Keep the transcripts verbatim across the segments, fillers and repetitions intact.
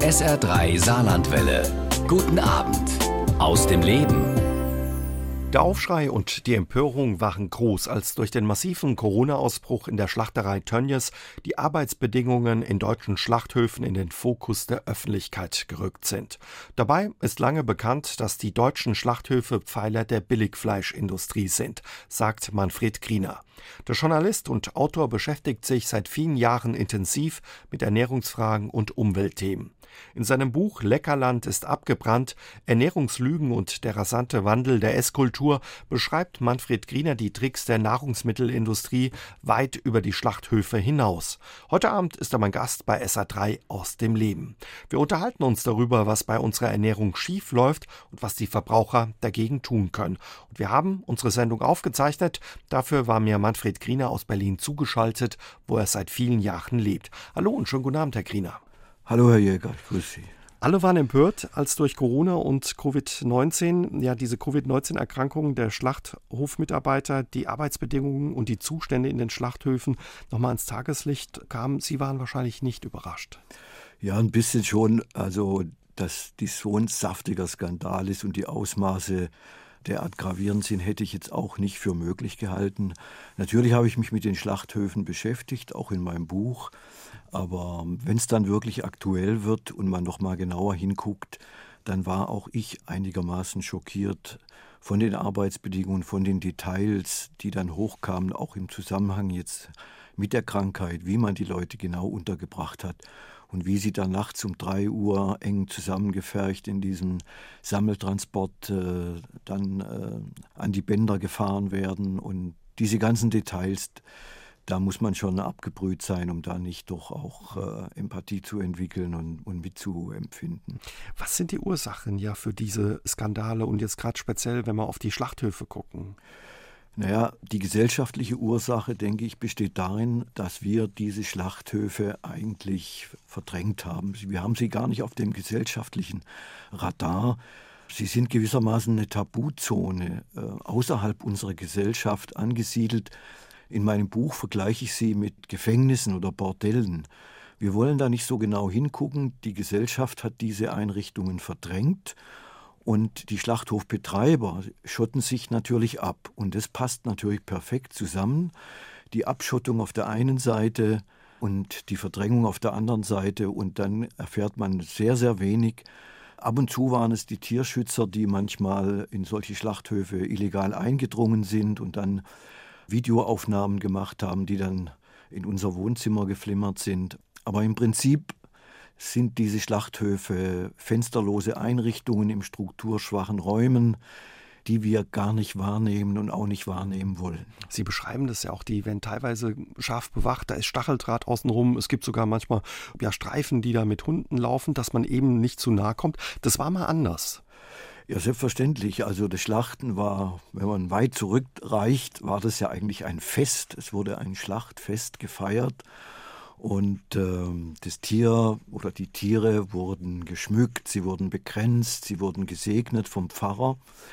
S R drei Saarlandwelle. Guten Abend aus dem Leben. Der Aufschrei und die Empörung waren groß, als durch den massiven Corona-Ausbruch in der Schlachterei Tönnies die Arbeitsbedingungen in deutschen Schlachthöfen in den Fokus der Öffentlichkeit gerückt sind. Dabei ist lange bekannt, dass die deutschen Schlachthöfe Pfeiler der Billigfleischindustrie sind, sagt Manfred Griener. Der Journalist und Autor beschäftigt sich seit vielen Jahren intensiv mit Ernährungsfragen und Umweltthemen. In seinem Buch Leckerland ist abgebrannt, Ernährungslügen und der rasante Wandel der Esskultur beschreibt Manfred Griener die Tricks der Nahrungsmittelindustrie weit über die Schlachthöfe hinaus. Heute Abend ist er mein Gast bei S R drei aus dem Leben. Wir unterhalten uns darüber, was bei unserer Ernährung schief läuft und was die Verbraucher dagegen tun können. Und wir haben unsere Sendung aufgezeichnet. Dafür war mir Manfred Griener aus Berlin zugeschaltet, wo er seit vielen Jahren lebt. Hallo und schönen guten Abend, Herr Griener. Hallo Herr Jäger, ich grüße Sie. Alle waren empört, als durch Corona und Covid neunzehn, ja diese Covid neunzehn Erkrankung der Schlachthofmitarbeiter, die Arbeitsbedingungen und die Zustände in den Schlachthöfen nochmal ins Tageslicht kamen. Sie waren wahrscheinlich nicht überrascht. Ja, ein bisschen schon. Also, dass dies so ein saftiger Skandal ist und die Ausmaße derart gravierend sind, hätte ich jetzt auch nicht für möglich gehalten. Natürlich habe ich mich mit den Schlachthöfen beschäftigt, auch in meinem Buch. Aber wenn es dann wirklich aktuell wird und man noch mal genauer hinguckt, dann war auch ich einigermaßen schockiert von den Arbeitsbedingungen, von den Details, die dann hochkamen, auch im Zusammenhang jetzt mit der Krankheit, wie man die Leute genau untergebracht hat und wie sie dann nachts um drei Uhr eng zusammengefercht in diesem Sammeltransport äh, dann äh, an die Bänder gefahren werden und diese ganzen Details. Da muss man schon abgebrüht sein, um da nicht doch auch äh, Empathie zu entwickeln und, und mitzuempfinden. Was sind die Ursachen ja für diese Skandale und jetzt gerade speziell, wenn wir auf die Schlachthöfe gucken? Naja, die gesellschaftliche Ursache, denke ich, besteht darin, dass wir diese Schlachthöfe eigentlich verdrängt haben. Wir haben sie gar nicht auf dem gesellschaftlichen Radar. Sie sind gewissermaßen eine Tabuzone äh, außerhalb unserer Gesellschaft angesiedelt. In meinem Buch vergleiche ich sie mit Gefängnissen oder Bordellen. Wir wollen da nicht so genau hingucken. Die Gesellschaft hat diese Einrichtungen verdrängt und die Schlachthofbetreiber schotten sich natürlich ab. Und das passt natürlich perfekt zusammen. Die Abschottung auf der einen Seite und die Verdrängung auf der anderen Seite. Und dann erfährt man sehr, sehr wenig. Ab und zu waren es die Tierschützer, die manchmal in solche Schlachthöfe illegal eingedrungen sind und dann Videoaufnahmen gemacht haben, die dann in unser Wohnzimmer geflimmert sind. Aber im Prinzip sind diese Schlachthöfe fensterlose Einrichtungen in strukturschwachen Räumen, die wir gar nicht wahrnehmen und auch nicht wahrnehmen wollen. Sie beschreiben das ja auch, die werden teilweise scharf bewacht, da ist Stacheldraht außenrum, es gibt sogar manchmal ja, Streifen, die da mit Hunden laufen, dass man eben nicht zu nahe kommt. Das war mal anders. Ja, selbstverständlich. Also das Schlachten war, wenn man weit zurückreicht, war das ja eigentlich ein Fest. Es wurde ein Schlachtfest gefeiert und äh, das Tier oder die Tiere wurden geschmückt, sie wurden bekränzt, sie wurden gesegnet vom Pfarrer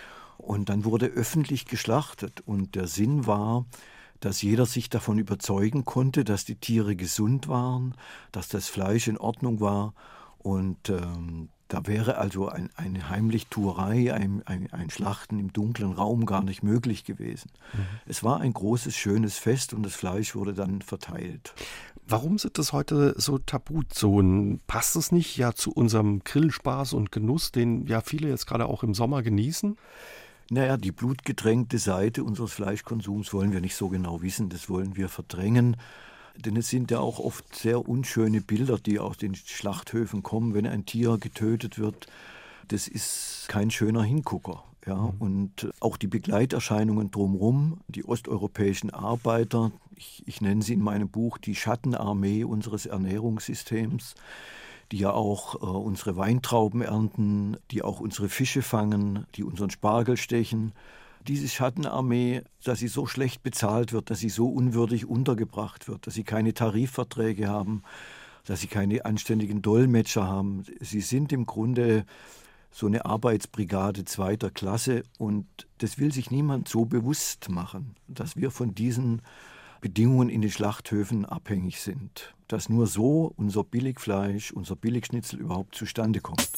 und dann wurde öffentlich geschlachtet. Und der Sinn war, dass jeder sich davon überzeugen konnte, dass die Tiere gesund waren, dass das Fleisch in Ordnung war und ähm, da wäre also ein, eine Heimlichtuerei, ein, ein, ein Schlachten im dunklen Raum gar nicht möglich gewesen. Mhm. Es war ein großes, schönes Fest und das Fleisch wurde dann verteilt. Warum sind das heute so Tabuzonen? Passt es nicht ja zu unserem Grillspaß und Genuss, den ja viele jetzt gerade auch im Sommer genießen? Naja, die blutgetränkte Seite unseres Fleischkonsums wollen wir nicht so genau wissen, das wollen wir verdrängen. Denn es sind ja auch oft sehr unschöne Bilder, die aus den Schlachthöfen kommen, wenn ein Tier getötet wird. Das ist kein schöner Hingucker. Ja? Mhm. Und auch die Begleiterscheinungen drumherum, die osteuropäischen Arbeiter, ich, ich nenne sie in meinem Buch die Schattenarmee unseres Ernährungssystems, die ja auch äh, unsere Weintrauben ernten, die auch unsere Fische fangen, die unseren Spargel stechen. Diese Schattenarmee, dass sie so schlecht bezahlt wird, dass sie so unwürdig untergebracht wird, dass sie keine Tarifverträge haben, dass sie keine anständigen Dolmetscher haben. Sie sind im Grunde so eine Arbeitsbrigade zweiter Klasse und das will sich niemand so bewusst machen, dass wir von diesen Bedingungen in den Schlachthöfen abhängig sind. Dass nur so unser Billigfleisch, unser Billigschnitzel überhaupt zustande kommt.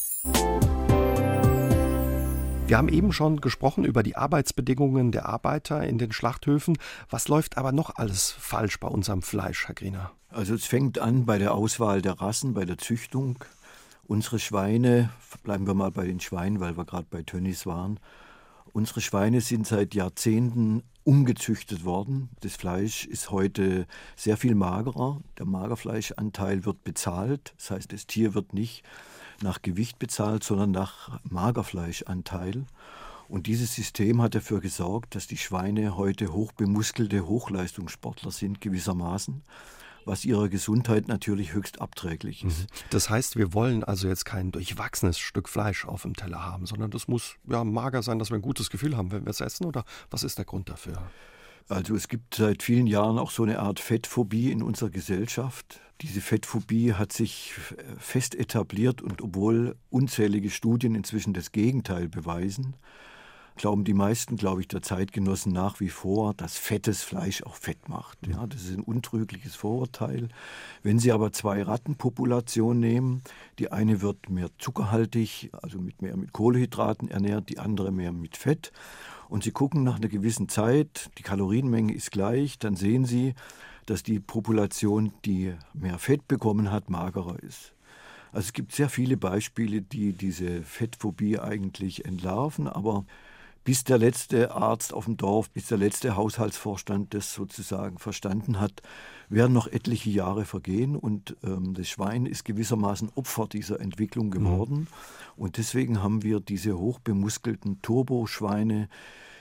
Wir haben eben schon gesprochen über die Arbeitsbedingungen der Arbeiter in den Schlachthöfen. Was läuft aber noch alles falsch bei unserem Fleisch, Herr Griener? Also es fängt an bei der Auswahl der Rassen, bei der Züchtung. Unsere Schweine, bleiben wir mal bei den Schweinen, weil wir gerade bei Tönnies waren. Unsere Schweine sind seit Jahrzehnten umgezüchtet worden. Das Fleisch ist heute sehr viel magerer. Der Magerfleischanteil wird bezahlt. Das heißt, das Tier wird nicht nach Gewicht bezahlt, sondern nach Magerfleischanteil. Und dieses System hat dafür gesorgt, dass die Schweine heute hochbemuskelte Hochleistungssportler sind, gewissermaßen, was ihrer Gesundheit natürlich höchst abträglich ist. Das heißt, wir wollen also jetzt kein durchwachsenes Stück Fleisch auf dem Teller haben, sondern das muss ja mager sein, dass wir ein gutes Gefühl haben, wenn wir es essen, oder was ist der Grund dafür? Also es gibt seit vielen Jahren auch so eine Art Fettphobie in unserer Gesellschaft. Diese Fettphobie hat sich fest etabliert und obwohl unzählige Studien inzwischen das Gegenteil beweisen, glauben die meisten, glaube ich, der Zeitgenossen nach wie vor, dass fettes Fleisch auch Fett macht. Ja, das ist ein untrügliches Vorurteil. Wenn Sie aber zwei Rattenpopulationen nehmen, die eine wird mehr zuckerhaltig, also mit mehr mit Kohlenhydraten ernährt, die andere mehr mit Fett, und Sie gucken nach einer gewissen Zeit, die Kalorienmenge ist gleich, dann sehen Sie, dass die Population, die mehr Fett bekommen hat, magerer ist. Also es gibt sehr viele Beispiele, die diese Fettphobie eigentlich entlarven, aber bis der letzte Arzt auf dem Dorf, bis der letzte Haushaltsvorstand das sozusagen verstanden hat, werden noch etliche Jahre vergehen und ähm, das Schwein ist gewissermaßen Opfer dieser Entwicklung geworden. Mhm. Und deswegen haben wir diese hochbemuskelten Turboschweine,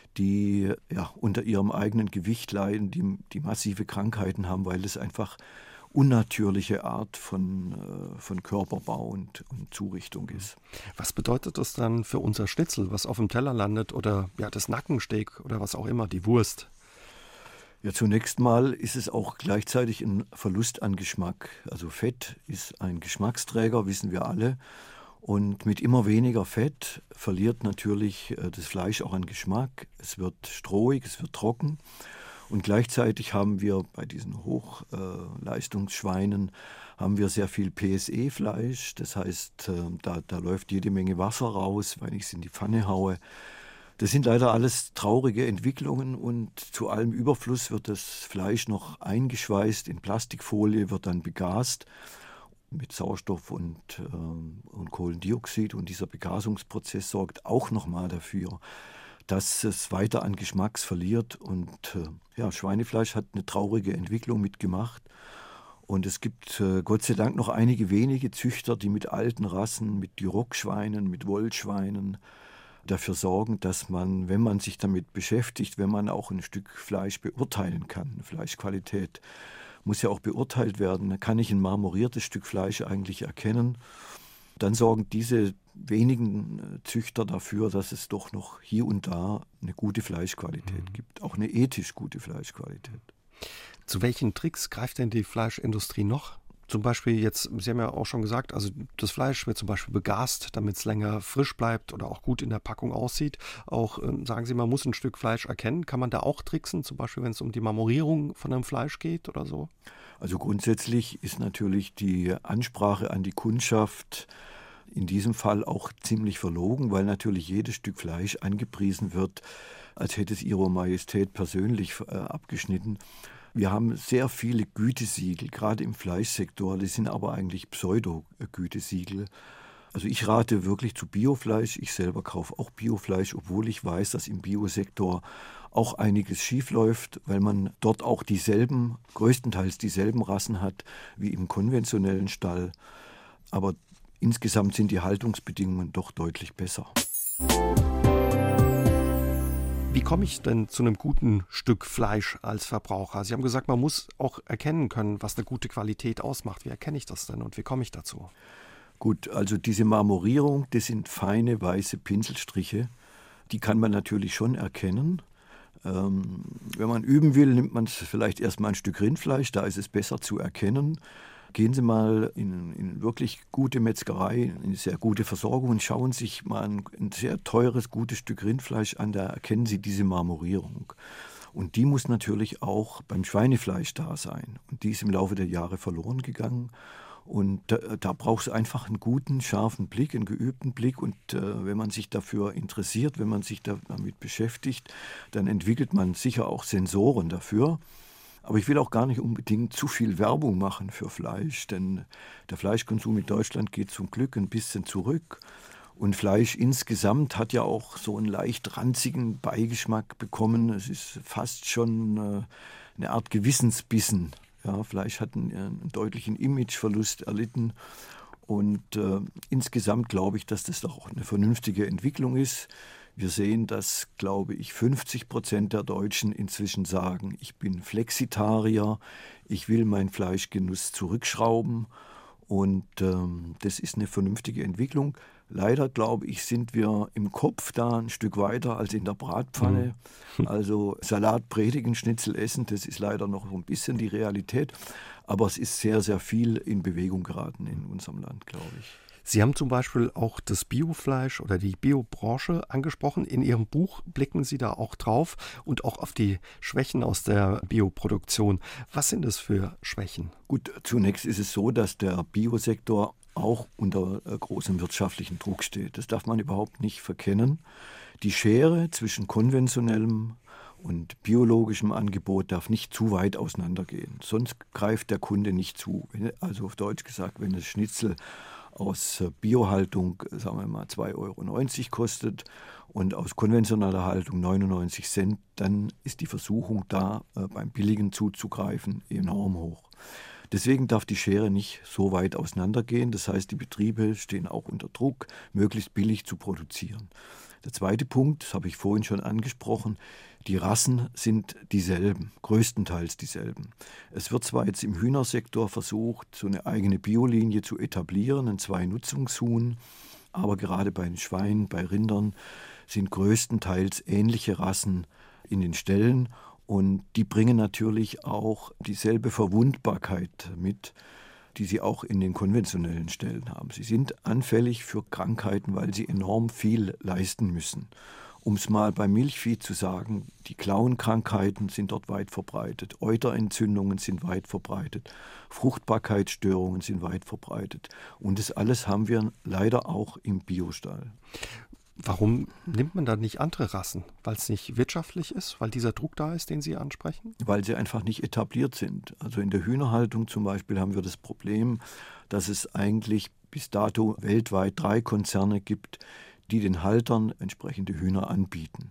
die ja, unter ihrem eigenen Gewicht leiden, die, die massive Krankheiten haben, weil es einfach unnatürliche Art von, äh, von Körperbau und, und Zurichtung ist. Was bedeutet das dann für unser Schnitzel, was auf dem Teller landet, oder ja, das Nackensteak oder was auch immer, die Wurst? Ja, zunächst mal ist es auch gleichzeitig ein Verlust an Geschmack. Also Fett ist ein Geschmacksträger, wissen wir alle. Und mit immer weniger Fett verliert natürlich äh, das Fleisch auch an Geschmack. Es wird strohig, es wird trocken. Und gleichzeitig haben wir bei diesen Hochleistungsschweinen äh, haben wir sehr viel P S E-Fleisch. Das heißt, äh, da, da läuft jede Menge Wasser raus, wenn ich es in die Pfanne haue. Das sind leider alles traurige Entwicklungen und zu allem Überfluss wird das Fleisch noch eingeschweißt in Plastikfolie, wird dann begast mit Sauerstoff und, äh, und Kohlendioxid. Und dieser Begasungsprozess sorgt auch nochmal dafür, dass es weiter an Geschmacks verliert. Und äh, ja, Schweinefleisch hat eine traurige Entwicklung mitgemacht. Und es gibt äh, Gott sei Dank noch einige wenige Züchter, die mit alten Rassen, mit Duroc-Schweinen, mit Wollschweinen dafür sorgen, dass man, wenn man sich damit beschäftigt, wenn man auch ein Stück Fleisch beurteilen kann, Fleischqualität muss ja auch beurteilt werden, kann ich ein marmoriertes Stück Fleisch eigentlich erkennen, dann sorgen diese wenigen Züchter dafür, dass es doch noch hier und da eine gute Fleischqualität mhm. gibt, auch eine ethisch gute Fleischqualität. Zu welchen Tricks greift denn die Fleischindustrie noch? Zum Beispiel jetzt, Sie haben ja auch schon gesagt, also das Fleisch wird zum Beispiel begast, damit es länger frisch bleibt oder auch gut in der Packung aussieht. Auch, äh, sagen Sie, man muss ein Stück Fleisch erkennen. Kann man da auch tricksen, zum Beispiel wenn es um die Marmorierung von einem Fleisch geht oder so? Also grundsätzlich ist natürlich die Ansprache an die Kundschaft in diesem Fall auch ziemlich verlogen, weil natürlich jedes Stück Fleisch angepriesen wird, als hätte es Ihre Majestät persönlich äh, abgeschnitten. Wir haben sehr viele Gütesiegel, gerade im Fleischsektor, die sind aber eigentlich Pseudo-Gütesiegel. Also ich rate wirklich zu Biofleisch. Ich selber kaufe auch Biofleisch, obwohl ich weiß, dass im Biosektor auch einiges schiefläuft, weil man dort auch dieselben, größtenteils dieselben Rassen hat wie im konventionellen Stall. Aber insgesamt sind die Haltungsbedingungen doch deutlich besser. Wie komme ich denn zu einem guten Stück Fleisch als Verbraucher? Sie haben gesagt, man muss auch erkennen können, was eine gute Qualität ausmacht. Wie erkenne ich das denn und wie komme ich dazu? Gut, also diese Marmorierung, das sind feine weiße Pinselstriche. Die kann man natürlich schon erkennen. Ähm, wenn man üben will, nimmt man vielleicht erstmal ein Stück Rindfleisch, da ist es besser zu erkennen. Gehen Sie mal in, in wirklich gute Metzgerei, in eine sehr gute Versorgung und schauen sich mal ein, ein sehr teures, gutes Stück Rindfleisch an, da erkennen Sie diese Marmorierung. Und die muss natürlich auch beim Schweinefleisch da sein. Und die ist im Laufe der Jahre verloren gegangen. Und da, da braucht es einfach einen guten, scharfen Blick, einen geübten Blick. Und äh, wenn man sich dafür interessiert, wenn man sich da, damit beschäftigt, dann entwickelt man sicher auch Sensoren dafür. Aber ich will auch gar nicht unbedingt zu viel Werbung machen für Fleisch, denn der Fleischkonsum in Deutschland geht zum Glück ein bisschen zurück. Und Fleisch insgesamt hat ja auch so einen leicht ranzigen Beigeschmack bekommen. Es ist fast schon äh, eine Art Gewissensbissen. Ja, Fleisch hat einen, einen deutlichen Imageverlust erlitten. Und äh, insgesamt glaube ich, dass das doch auch eine vernünftige Entwicklung ist. Wir sehen, dass, glaube ich, fünfzig Prozent der Deutschen inzwischen sagen, ich bin Flexitarier, ich will meinen Fleischgenuss zurückschrauben. Und ähm, das ist eine vernünftige Entwicklung. Leider, glaube ich, sind wir im Kopf da ein Stück weiter als in der Bratpfanne. Mhm. Also Salat predigen, Schnitzel essen, das ist leider noch ein bisschen die Realität. Aber es ist sehr, sehr viel in Bewegung geraten in unserem Land, glaube ich. Sie haben zum Beispiel auch das Biofleisch oder die Biobranche angesprochen. In Ihrem Buch blicken Sie da auch drauf und auch auf die Schwächen aus der Bioproduktion. Was sind das für Schwächen? Gut, zunächst ist es so, dass der Biosektor auch unter äh, großem wirtschaftlichen Druck steht. Das darf man überhaupt nicht verkennen. Die Schere zwischen konventionellem und biologischem Angebot darf nicht zu weit auseinandergehen. Sonst greift der Kunde nicht zu. Also auf Deutsch gesagt, wenn das Schnitzel aus Biohaltung, sagen wir mal, zwei Euro neunzig kostet und aus konventioneller Haltung neunundneunzig Cent, dann ist die Versuchung da, beim Billigen zuzugreifen, enorm hoch. Deswegen darf die Schere nicht so weit auseinandergehen. Das heißt, die Betriebe stehen auch unter Druck, möglichst billig zu produzieren. Der zweite Punkt, das habe ich vorhin schon angesprochen, die Rassen sind dieselben, größtenteils dieselben. Es wird zwar jetzt im Hühnersektor versucht, so eine eigene Biolinie zu etablieren, ein Zwei-Nutzungshuhn, aber gerade bei den Schweinen, bei Rindern sind größtenteils ähnliche Rassen in den Ställen und die bringen natürlich auch dieselbe Verwundbarkeit mit, die sie auch in den konventionellen Ställen haben. Sie sind anfällig für Krankheiten, weil sie enorm viel leisten müssen. Um es mal beim Milchvieh zu sagen, die Klauenkrankheiten sind dort weit verbreitet, Euterentzündungen sind weit verbreitet, Fruchtbarkeitsstörungen sind weit verbreitet. Und das alles haben wir leider auch im Biostall. Warum nimmt man da nicht andere Rassen? Weil es nicht wirtschaftlich ist? Weil dieser Druck da ist, den Sie ansprechen? Weil sie einfach nicht etabliert sind. Also in der Hühnerhaltung zum Beispiel haben wir das Problem, dass es eigentlich bis dato weltweit drei Konzerne gibt, die den Haltern entsprechende Hühner anbieten.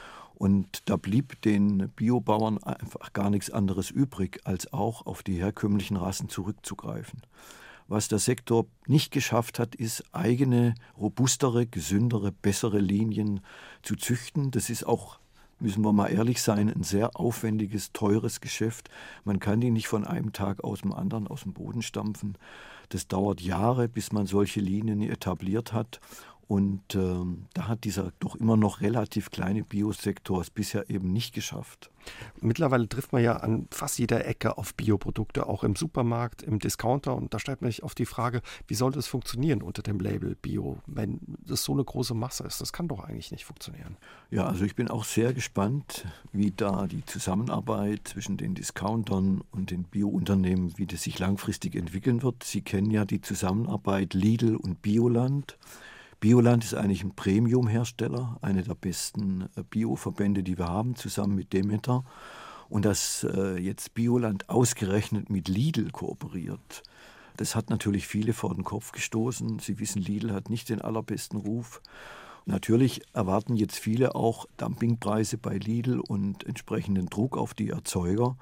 Und da blieb den Biobauern einfach gar nichts anderes übrig, als auch auf die herkömmlichen Rassen zurückzugreifen. Was der Sektor nicht geschafft hat, ist, eigene, robustere, gesündere, bessere Linien zu züchten. Das ist auch, müssen wir mal ehrlich sein, ein sehr aufwendiges, teures Geschäft. Man kann die nicht von einem Tag aus dem anderen aus dem Boden stampfen. Das dauert Jahre, bis man solche Linien etabliert hat. Und ähm, da hat dieser doch immer noch relativ kleine Biosektor es bisher eben nicht geschafft. Mittlerweile trifft man ja an fast jeder Ecke auf Bioprodukte, auch im Supermarkt, im Discounter. Und da stellt man sich auf die Frage, wie soll das funktionieren unter dem Label Bio, wenn das so eine große Masse ist? Das kann doch eigentlich nicht funktionieren. Ja, also ich bin auch sehr gespannt, wie da die Zusammenarbeit zwischen den Discountern und den Biounternehmen, wie das sich langfristig entwickeln wird. Sie kennen ja die Zusammenarbeit Lidl und Bioland. Bioland ist eigentlich ein Premium-Hersteller, eine der besten Bioverbände, die wir haben, zusammen mit Demeter. Und dass äh, jetzt Bioland ausgerechnet mit Lidl kooperiert, das hat natürlich viele vor den Kopf gestoßen. Sie wissen, Lidl hat nicht den allerbesten Ruf. Natürlich erwarten jetzt viele auch Dumpingpreise bei Lidl und entsprechenden Druck auf die Erzeuger.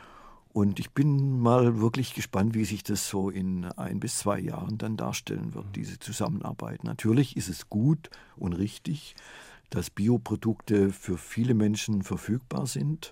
Und ich bin mal wirklich gespannt, wie sich das so in ein bis zwei Jahren dann darstellen wird, diese Zusammenarbeit. Natürlich ist es gut und richtig, dass Bioprodukte für viele Menschen verfügbar sind,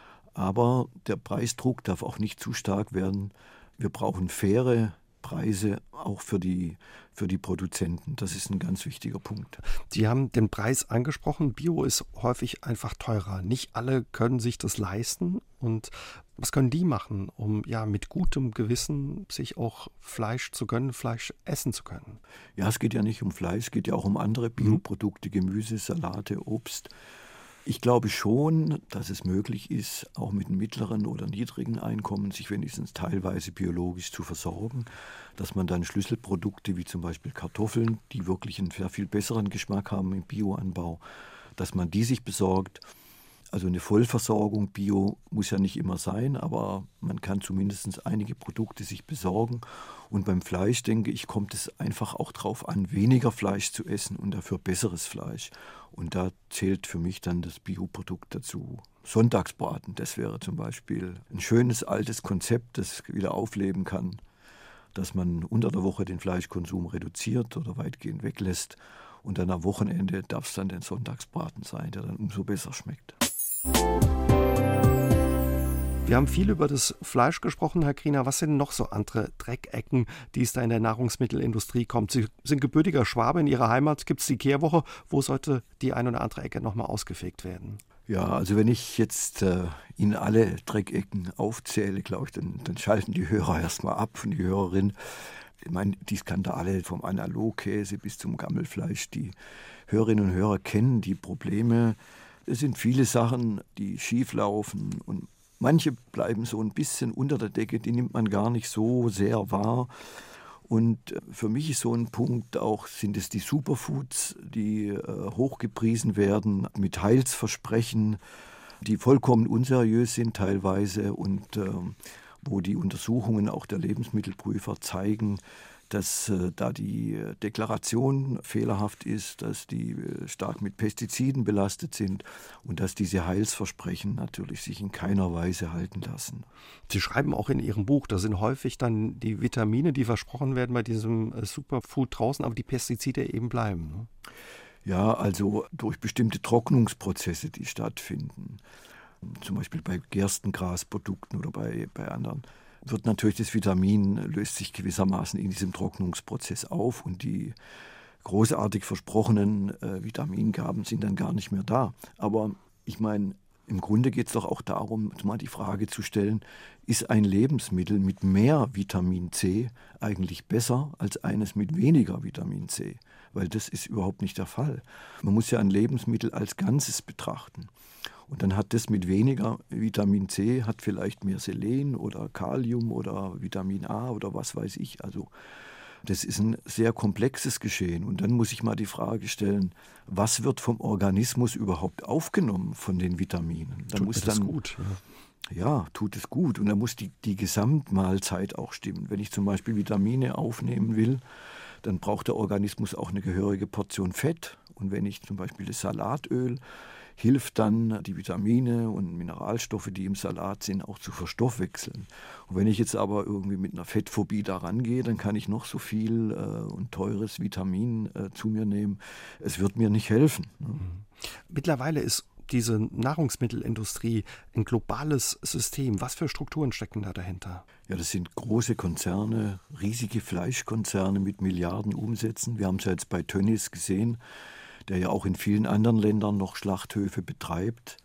aber der Preisdruck darf auch nicht zu stark werden. Wir brauchen faire Preise auch für die, für die Produzenten. Das ist ein ganz wichtiger Punkt. Sie haben den Preis angesprochen. Bio ist häufig einfach teurer. Nicht alle können sich das leisten. Und was können die machen, um ja mit gutem Gewissen sich auch Fleisch zu gönnen, Fleisch essen zu können? Ja, es geht ja nicht um Fleisch, es geht ja auch um andere Bioprodukte, Gemüse, Salate, Obst. Ich glaube schon, dass es möglich ist, auch mit einem mittleren oder niedrigen Einkommen sich wenigstens teilweise biologisch zu versorgen, dass man dann Schlüsselprodukte wie zum Beispiel Kartoffeln, die wirklich einen sehr viel besseren Geschmack haben im Bioanbau, dass man die sich besorgt. Also eine Vollversorgung Bio muss ja nicht immer sein, aber man kann zumindest einige Produkte sich besorgen. Und beim Fleisch, denke ich, kommt es einfach auch darauf an, weniger Fleisch zu essen und dafür besseres Fleisch. Und da zählt für mich dann das Bioprodukt dazu. Sonntagsbraten, das wäre zum Beispiel ein schönes altes Konzept, das wieder aufleben kann, dass man unter der Woche den Fleischkonsum reduziert oder weitgehend weglässt. Und dann am Wochenende darf es dann den Sonntagsbraten sein, der dann umso besser schmeckt. Wir haben viel über das Fleisch gesprochen, Herr Kriener. Was sind noch so andere Dreckecken, die es da in der Nahrungsmittelindustrie kommt? Sie sind gebürtiger Schwabe. In Ihrer Heimat gibt es die Kehrwoche. Wo sollte die ein oder andere Ecke nochmal ausgefegt werden? Ja, also wenn ich jetzt äh, Ihnen alle Dreckecken aufzähle, glaube ich, dann, dann schalten die Hörer erstmal ab und die Hörerin. Ich meine, die Skandale vom Analogkäse bis zum Gammelfleisch, die Hörerinnen und Hörer kennen die Probleme. Es sind viele Sachen, die schief laufen und manche bleiben so ein bisschen unter der Decke, die nimmt man gar nicht so sehr wahr. Und für mich ist so ein Punkt auch, sind es die Superfoods, die äh, hochgepriesen werden mit Heilsversprechen, die vollkommen unseriös sind teilweise und äh, wo die Untersuchungen auch der Lebensmittelprüfer zeigen, dass äh, da die Deklaration fehlerhaft ist, dass die äh, stark mit Pestiziden belastet sind und dass diese Heilsversprechen natürlich sich in keiner Weise halten lassen. Sie schreiben auch in Ihrem Buch, da sind häufig dann die Vitamine, die versprochen werden bei diesem äh, Superfood draußen, aber die Pestizide eben bleiben. Ne? Ja, also durch bestimmte Trocknungsprozesse, die stattfinden, zum Beispiel bei Gerstengrasprodukten oder bei, bei anderen, wird natürlich das Vitamin, löst sich gewissermaßen in diesem Trocknungsprozess auf und die großartig versprochenen äh, Vitamingaben sind dann gar nicht mehr da. Aber ich meine, im Grunde geht es doch auch darum, mal die Frage zu stellen, ist ein Lebensmittel mit mehr Vitamin C eigentlich besser als eines mit weniger Vitamin C? Weil das ist überhaupt nicht der Fall. Man muss ja ein Lebensmittel als Ganzes betrachten. Und dann hat das mit weniger Vitamin C, hat vielleicht mehr Selen oder Kalium oder Vitamin A oder was weiß ich. Also das ist ein sehr komplexes Geschehen. Und dann muss ich mal die Frage stellen, was wird vom Organismus überhaupt aufgenommen von den Vitaminen? Da tut muss das dann, gut. Ja. ja, tut es gut. Und da muss die, die Gesamtmahlzeit auch stimmen. Wenn ich zum Beispiel Vitamine aufnehmen will, dann braucht der Organismus auch eine gehörige Portion Fett. Und wenn ich zum Beispiel das Salatöl hilft dann, die Vitamine und Mineralstoffe, die im Salat sind, auch zu verstoffwechseln. Und wenn ich jetzt aber irgendwie mit einer Fettphobie da rangehe, dann kann ich noch so viel äh, und teures Vitamin äh, zu mir nehmen. Es wird mir nicht helfen. Ne? Mittlerweile ist diese Nahrungsmittelindustrie ein globales System. Was für Strukturen stecken da dahinter? Ja, das sind große Konzerne, riesige Fleischkonzerne mit Milliarden Umsätzen. Wir haben es ja jetzt bei Tönnies gesehen, der ja auch in vielen anderen Ländern noch Schlachthöfe betreibt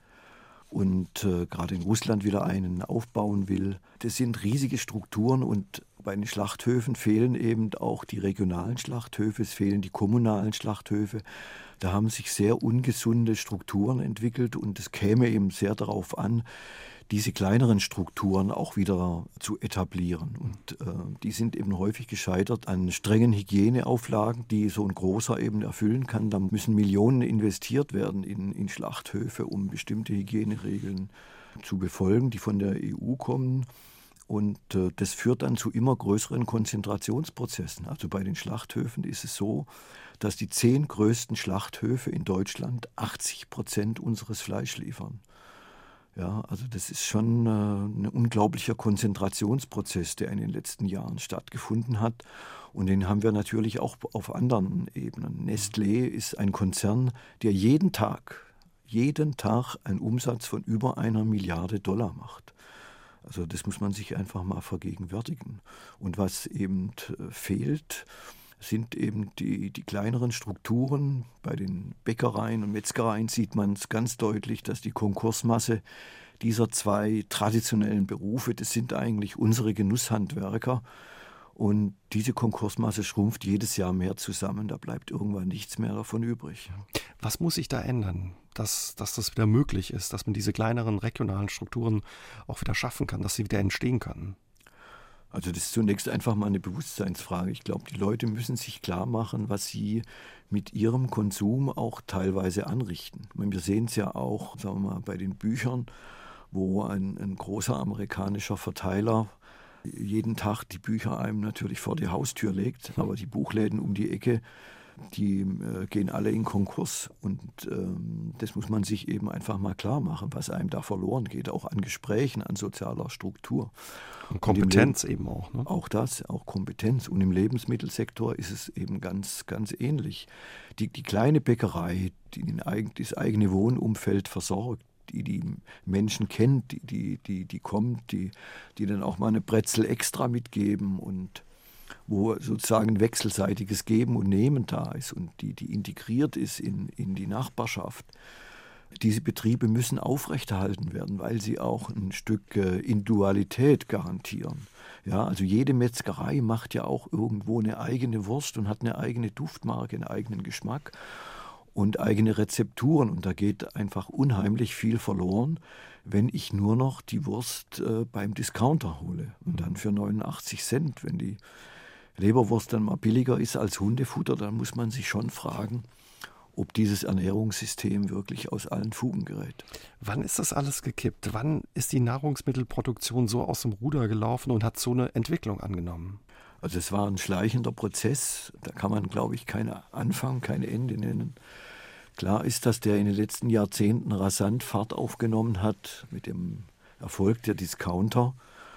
und äh, gerade in Russland wieder einen aufbauen will. Das sind riesige Strukturen und bei den Schlachthöfen fehlen eben auch die regionalen Schlachthöfe, es fehlen die kommunalen Schlachthöfe. Da haben sich sehr ungesunde Strukturen entwickelt und es käme eben sehr darauf an, diese kleineren Strukturen auch wieder zu etablieren. Und äh, die sind eben häufig gescheitert an strengen Hygieneauflagen, die so ein Großer eben erfüllen kann. Da müssen Millionen investiert werden in, in Schlachthöfe, um bestimmte Hygieneregeln zu befolgen, die von der E U kommen. Und äh, das führt dann zu immer größeren Konzentrationsprozessen. Also bei den Schlachthöfen ist es so, dass die zehn größten Schlachthöfe in Deutschland achtzig Prozent unseres Fleisch liefern. Ja, also das ist schon äh, ein unglaublicher Konzentrationsprozess, der in den letzten Jahren stattgefunden hat. Und den haben wir natürlich auch auf anderen Ebenen. Nestlé ist ein Konzern, der jeden Tag, jeden Tag einen Umsatz von über einer Milliarde Dollar macht. Also das muss man sich einfach mal vergegenwärtigen. Und was eben äh, fehlt, sind eben die, die kleineren Strukturen. Bei den Bäckereien und Metzgereien sieht man es ganz deutlich, dass die Konkursmasse dieser zwei traditionellen Berufe, das sind eigentlich unsere Genusshandwerker. Und diese Konkursmasse schrumpft jedes Jahr mehr zusammen. Da bleibt irgendwann nichts mehr davon übrig. Was muss sich da ändern, dass, dass das wieder möglich ist, dass man diese kleineren regionalen Strukturen auch wieder schaffen kann, dass sie wieder entstehen können? Also das ist zunächst einfach mal eine Bewusstseinsfrage. Ich glaube, die Leute müssen sich klar machen, was sie mit ihrem Konsum auch teilweise anrichten. Ich meine, wir sehen es ja auch, sagen wir mal, bei den Büchern, wo ein, ein großer amerikanischer Verteiler jeden Tag die Bücher einem natürlich vor die Haustür legt, aber die Buchläden um die Ecke, die äh, gehen alle in Konkurs. Und ähm, das muss man sich eben einfach mal klar machen, was einem da verloren geht, auch an Gesprächen, an sozialer Struktur. Und Kompetenz und eben auch. Ne? Auch das, auch Kompetenz. Und im Lebensmittelsektor ist es eben ganz, ganz ähnlich. Die, die kleine Bäckerei, die in eig- das eigene Wohnumfeld versorgt, die die Menschen kennt, die, die, die, die kommt, die, die dann auch mal eine Brezel extra mitgeben und wo sozusagen ein wechselseitiges Geben und Nehmen da ist und die, die integriert ist in, in die Nachbarschaft. Diese Betriebe müssen aufrechterhalten werden, weil sie auch ein Stück äh, Individualität garantieren. Ja, also jede Metzgerei macht ja auch irgendwo eine eigene Wurst und hat eine eigene Duftmarke, einen eigenen Geschmack und eigene Rezepturen. Und da geht einfach unheimlich viel verloren, wenn ich nur noch die Wurst äh, beim Discounter hole. Und dann für neunundachtzig Cent. Wenn die Leberwurst dann mal billiger ist als Hundefutter, dann muss man sich schon fragen, ob dieses Ernährungssystem wirklich aus allen Fugen gerät. Wann ist das alles gekippt? Wann ist die Nahrungsmittelproduktion so aus dem Ruder gelaufen und hat so eine Entwicklung angenommen? Also es war ein schleichender Prozess, da kann man, glaube ich, keinen Anfang, kein Ende nennen. Klar ist, dass der in den letzten Jahrzehnten rasant Fahrt aufgenommen hat mit dem Erfolg der Discounter.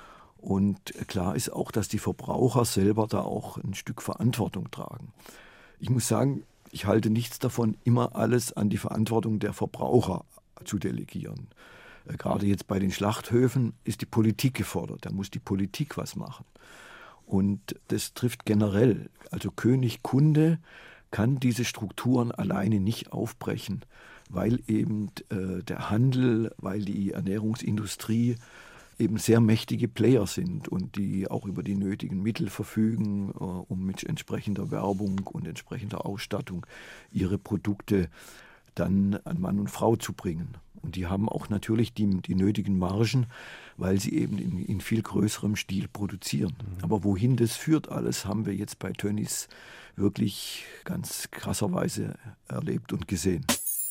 Und klar ist auch, dass die Verbraucher selber da auch ein Stück Verantwortung tragen. Ich muss sagen, ich halte nichts davon, immer alles an die Verantwortung der Verbraucher zu delegieren. Gerade jetzt bei den Schlachthöfen ist die Politik gefordert, da muss die Politik was machen. Und das trifft generell. Also König Kunde kann diese Strukturen alleine nicht aufbrechen, weil eben äh, der Handel, weil die Ernährungsindustrie eben sehr mächtige Player sind und die auch über die nötigen Mittel verfügen, äh, um mit entsprechender Werbung und entsprechender Ausstattung ihre Produkte dann an Mann und Frau zu bringen. Und die haben auch natürlich die, die nötigen Margen, weil sie eben in, in viel größerem Stil produzieren. Mhm. Aber wohin das führt alles, haben wir jetzt bei Tönnies wirklich ganz krasserweise erlebt und gesehen.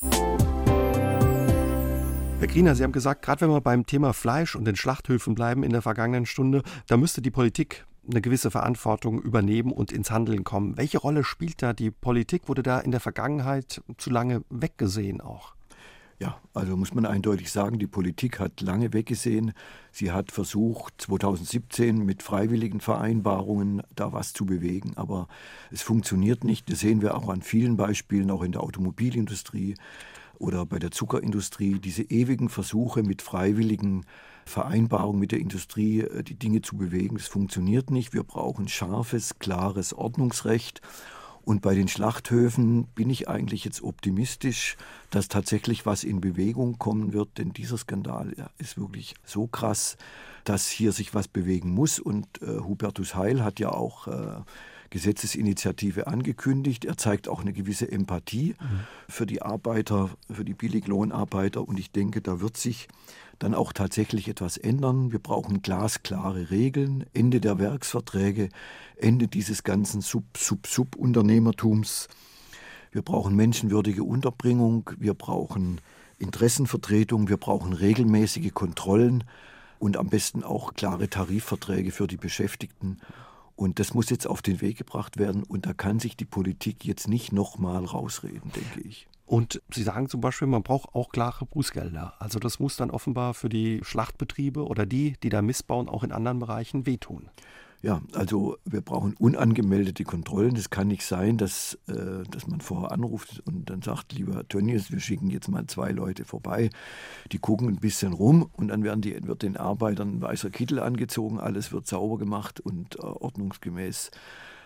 Herr Griener, Sie haben gesagt, gerade wenn wir beim Thema Fleisch und den Schlachthöfen bleiben in der vergangenen Stunde, da müsste die Politik eine gewisse Verantwortung übernehmen und ins Handeln kommen. Welche Rolle spielt da die Politik? Wurde da in der Vergangenheit zu lange weggesehen auch? Ja, also muss man eindeutig sagen, die Politik hat lange weggesehen. Sie hat versucht, zweitausendsiebzehn mit freiwilligen Vereinbarungen da was zu bewegen. Aber es funktioniert nicht. Das sehen wir auch an vielen Beispielen, auch in der Automobilindustrie oder bei der Zuckerindustrie. Diese ewigen Versuche mit freiwilligen Vereinbarungen mit der Industrie, die Dinge zu bewegen, das funktioniert nicht. Wir brauchen scharfes, klares Ordnungsrecht. Und bei den Schlachthöfen bin ich eigentlich jetzt optimistisch, dass tatsächlich was in Bewegung kommen wird, denn dieser Skandal ist wirklich so krass, dass hier sich was bewegen muss. Und äh, Hubertus Heil hat ja auch äh, Gesetzesinitiative angekündigt. Er zeigt auch eine gewisse Empathie mhm. für die Arbeiter, für die Billiglohnarbeiter. Und ich denke, da wird sich dann auch tatsächlich etwas ändern. Wir brauchen glasklare Regeln, Ende der Werksverträge, Ende dieses ganzen Sub-Sub-Sub-Unternehmertums. Wir brauchen menschenwürdige Unterbringung, wir brauchen Interessenvertretung, wir brauchen regelmäßige Kontrollen und am besten auch klare Tarifverträge für die Beschäftigten. Und das muss jetzt auf den Weg gebracht werden und da kann sich die Politik jetzt nicht nochmal rausreden, denke ich. Und Sie sagen zum Beispiel, man braucht auch klare Bußgelder. Also das muss dann offenbar für die Schlachtbetriebe oder die, die da missbauen, auch in anderen Bereichen wehtun. Ja, also wir brauchen unangemeldete Kontrollen. Es kann nicht sein, dass, äh, dass man vorher anruft und dann sagt, lieber Tönnies, wir schicken jetzt mal zwei Leute vorbei. Die gucken ein bisschen rum und dann werden die, wird den Arbeitern ein weißer Kittel angezogen, alles wird sauber gemacht und äh, ordnungsgemäß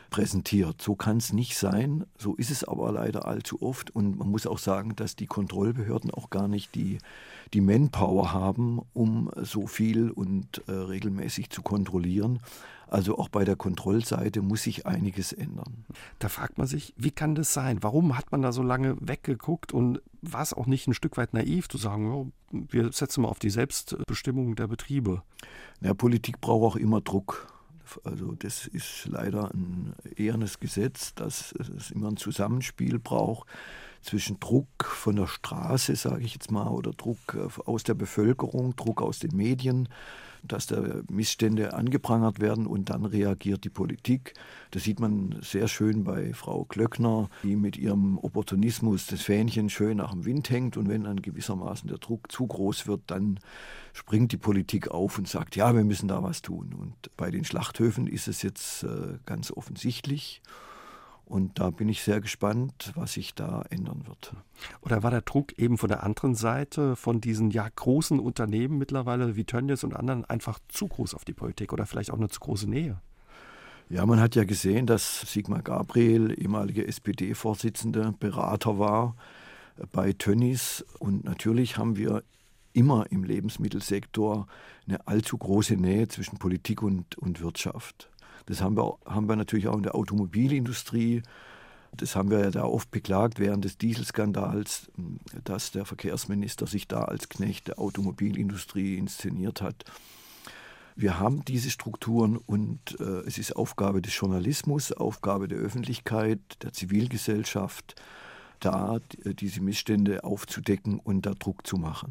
präsentiert. So kann es nicht sein, so ist es aber leider allzu oft. Und man muss auch sagen, dass die Kontrollbehörden auch gar nicht die, die Manpower haben, um so viel und äh, regelmäßig zu kontrollieren. Also auch bei der Kontrollseite muss sich einiges ändern. Da fragt man sich, wie kann das sein? Warum hat man da so lange weggeguckt und war es auch nicht ein Stück weit naiv zu sagen, ja, wir setzen mal auf die Selbstbestimmung der Betriebe? Ja, Politik braucht auch immer Druck. Also das ist leider ein ehernes Gesetz, dass es immer ein Zusammenspiel braucht zwischen Druck von der Straße, sage ich jetzt mal, oder Druck aus der Bevölkerung, Druck aus den Medien, dass da Missstände angeprangert werden und dann reagiert die Politik. Das sieht man sehr schön bei Frau Glöckner, die mit ihrem Opportunismus das Fähnchen schön nach dem Wind hängt und wenn dann gewissermaßen der Druck zu groß wird, dann springt die Politik auf und sagt, ja, wir müssen da was tun. Und bei den Schlachthöfen ist es jetzt äh, ganz offensichtlich. Und da bin ich sehr gespannt, was sich da ändern wird. Oder war der Druck eben von der anderen Seite, von diesen ja großen Unternehmen mittlerweile wie Tönnies und anderen, einfach zu groß auf die Politik oder vielleicht auch eine zu große Nähe? Ja, man hat ja gesehen, dass Sigmar Gabriel, ehemaliger S P D-Vorsitzender, Berater war bei Tönnies. Und natürlich haben wir immer im Lebensmittelsektor eine allzu große Nähe zwischen Politik und, und Wirtschaft. Das haben wir, haben wir natürlich auch in der Automobilindustrie. Das haben wir ja da oft beklagt während des Dieselskandals, dass der Verkehrsminister sich da als Knecht der Automobilindustrie inszeniert hat. Wir haben diese Strukturen und äh, es ist Aufgabe des Journalismus, Aufgabe der Öffentlichkeit, der Zivilgesellschaft, da äh, diese Missstände aufzudecken und da Druck zu machen.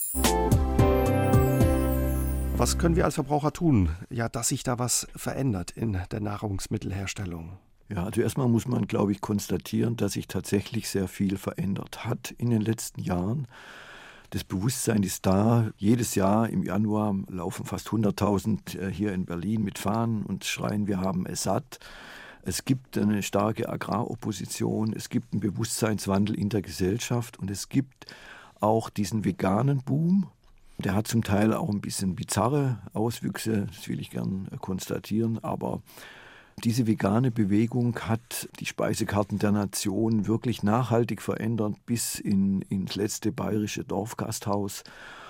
Was können wir als Verbraucher tun, ja, dass sich da was verändert in der Nahrungsmittelherstellung? Ja, also erstmal muss man, glaube ich, konstatieren, dass sich tatsächlich sehr viel verändert hat in den letzten Jahren. Das Bewusstsein ist da. Jedes Jahr im Januar laufen fast hunderttausend hier in Berlin mit Fahnen und schreien, wir haben es satt. Es gibt eine starke Agraropposition, es gibt einen Bewusstseinswandel in der Gesellschaft und es gibt auch diesen veganen Boom. Der hat zum Teil auch ein bisschen bizarre Auswüchse, das will ich gern konstatieren, aber diese vegane Bewegung hat die Speisekarten der Nation wirklich nachhaltig verändert bis in, ins letzte bayerische Dorfgasthaus.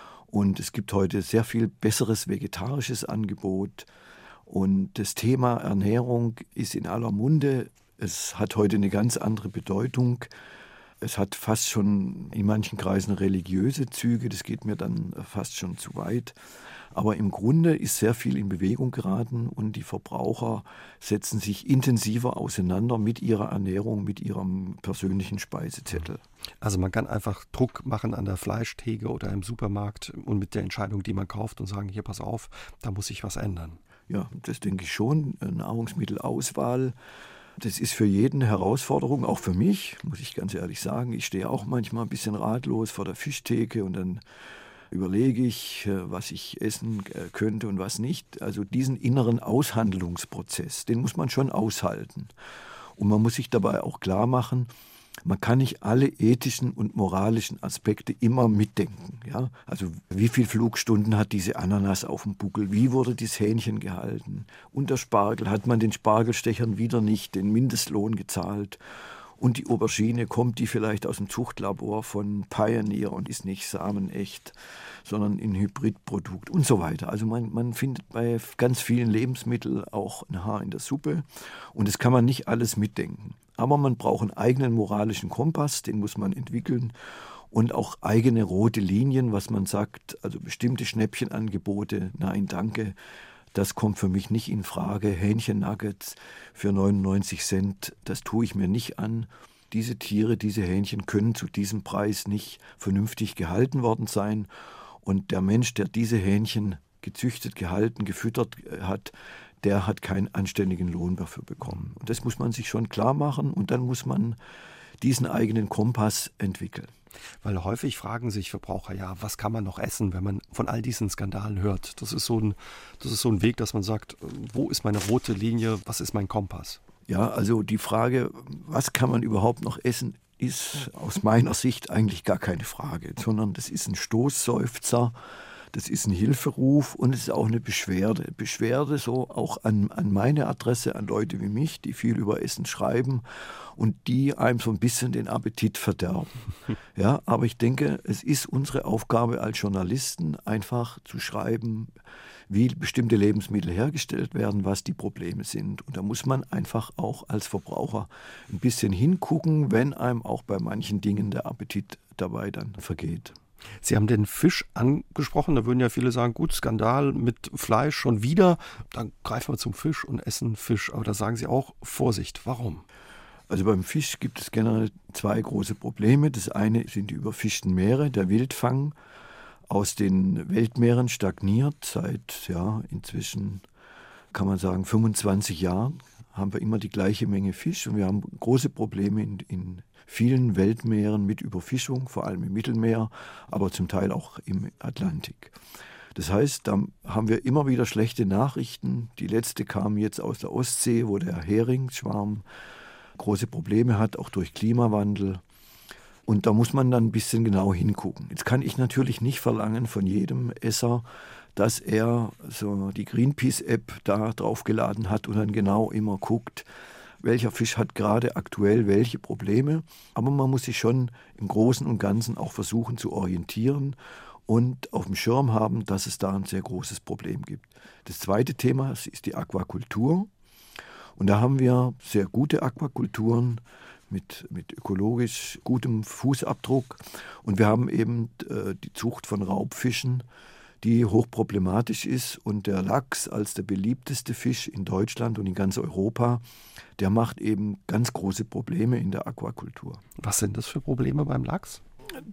Und es gibt heute sehr viel besseres vegetarisches Angebot. Und das Thema Ernährung ist in aller Munde. Es hat heute eine ganz andere Bedeutung. Es hat fast schon in manchen Kreisen religiöse Züge, das geht mir dann fast schon zu weit. Aber im Grunde ist sehr viel in Bewegung geraten und die Verbraucher setzen sich intensiver auseinander mit ihrer Ernährung, mit ihrem persönlichen Speisezettel. Also man kann einfach Druck machen an der Fleischtheke oder im Supermarkt und mit der Entscheidung, die man kauft und sagen, hier pass auf, da muss sich was ändern. Ja, das denke ich schon. Nahrungsmittelauswahl. Das ist für jeden eine Herausforderung, auch für mich, muss ich ganz ehrlich sagen. Ich stehe auch manchmal ein bisschen ratlos vor der Fischtheke und dann überlege ich, was ich essen könnte und was nicht. Also diesen inneren Aushandlungsprozess, den muss man schon aushalten. Und man muss sich dabei auch klar machen, man kann nicht alle ethischen und moralischen Aspekte immer mitdenken. Ja? Also wie viele Flugstunden hat diese Ananas auf dem Buckel? Wie wurde das Hähnchen gehalten? Und der Spargel, hat man den Spargelstechern wieder nicht den Mindestlohn gezahlt? Und die Aubergine, kommt die vielleicht aus dem Zuchtlabor von Pioneer und ist nicht samenecht, sondern ein Hybridprodukt und so weiter. Also man, man findet bei ganz vielen Lebensmitteln auch ein Haar in der Suppe und das kann man nicht alles mitdenken. Aber man braucht einen eigenen moralischen Kompass, den muss man entwickeln und auch eigene rote Linien, was man sagt, also bestimmte Schnäppchenangebote, nein, danke. Das kommt für mich nicht in Frage. Hähnchen-Nuggets für neunundneunzig Cent, das tue ich mir nicht an. Diese Tiere, diese Hähnchen können zu diesem Preis nicht vernünftig gehalten worden sein. Und der Mensch, der diese Hähnchen gezüchtet, gehalten, gefüttert hat, der hat keinen anständigen Lohn dafür bekommen. Und das muss man sich schon klar machen und dann muss man diesen eigenen Kompass entwickeln. Weil häufig fragen sich Verbraucher, ja, was kann man noch essen, wenn man von all diesen Skandalen hört? Das ist so ein, das ist so ein Weg, dass man sagt, wo ist meine rote Linie, was ist mein Kompass? Ja, also die Frage, was kann man überhaupt noch essen, ist aus meiner Sicht eigentlich gar keine Frage, sondern das ist ein Stoßseufzer Das ist ein Hilferuf und es ist auch eine Beschwerde. Beschwerde so auch an, an meine Adresse, an Leute wie mich, die viel über Essen schreiben und die einem so ein bisschen den Appetit verderben. Ja, aber ich denke, es ist unsere Aufgabe als Journalisten, einfach zu schreiben, wie bestimmte Lebensmittel hergestellt werden, was die Probleme sind. Und da muss man einfach auch als Verbraucher ein bisschen hingucken, wenn einem auch bei manchen Dingen der Appetit dabei dann vergeht. Sie haben den Fisch angesprochen, da würden ja viele sagen, gut, Skandal mit Fleisch schon wieder, dann greifen wir zum Fisch und essen Fisch. Aber da sagen Sie auch, Vorsicht, warum? Also beim Fisch gibt es generell zwei große Probleme. Das eine sind die überfischten Meere, der Wildfang aus den Weltmeeren stagniert seit, ja, inzwischen kann man sagen, fünfundzwanzig Jahren haben wir immer die gleiche Menge Fisch und wir haben große Probleme in, in vielen Weltmeeren mit Überfischung, vor allem im Mittelmeer, aber zum Teil auch im Atlantik. Das heißt, da haben wir immer wieder schlechte Nachrichten. Die letzte kam jetzt aus der Ostsee, wo der Heringsschwarm große Probleme hat, auch durch Klimawandel. Und da muss man dann ein bisschen genau hingucken. Jetzt kann ich natürlich nicht verlangen von jedem Esser, dass er so die Greenpeace-App da draufgeladen hat und dann genau immer guckt, welcher Fisch hat gerade aktuell welche Probleme. Aber man muss sich schon im Großen und Ganzen auch versuchen zu orientieren und auf dem Schirm haben, dass es da ein sehr großes Problem gibt. Das zweite Thema ist die Aquakultur. Und da haben wir sehr gute Aquakulturen mit, mit ökologisch gutem Fußabdruck. Und wir haben eben äh, die Zucht von Raubfischen, die hochproblematisch ist. Und der Lachs als der beliebteste Fisch in Deutschland und in ganz Europa, der macht eben ganz große Probleme in der Aquakultur. Was sind das für Probleme beim Lachs?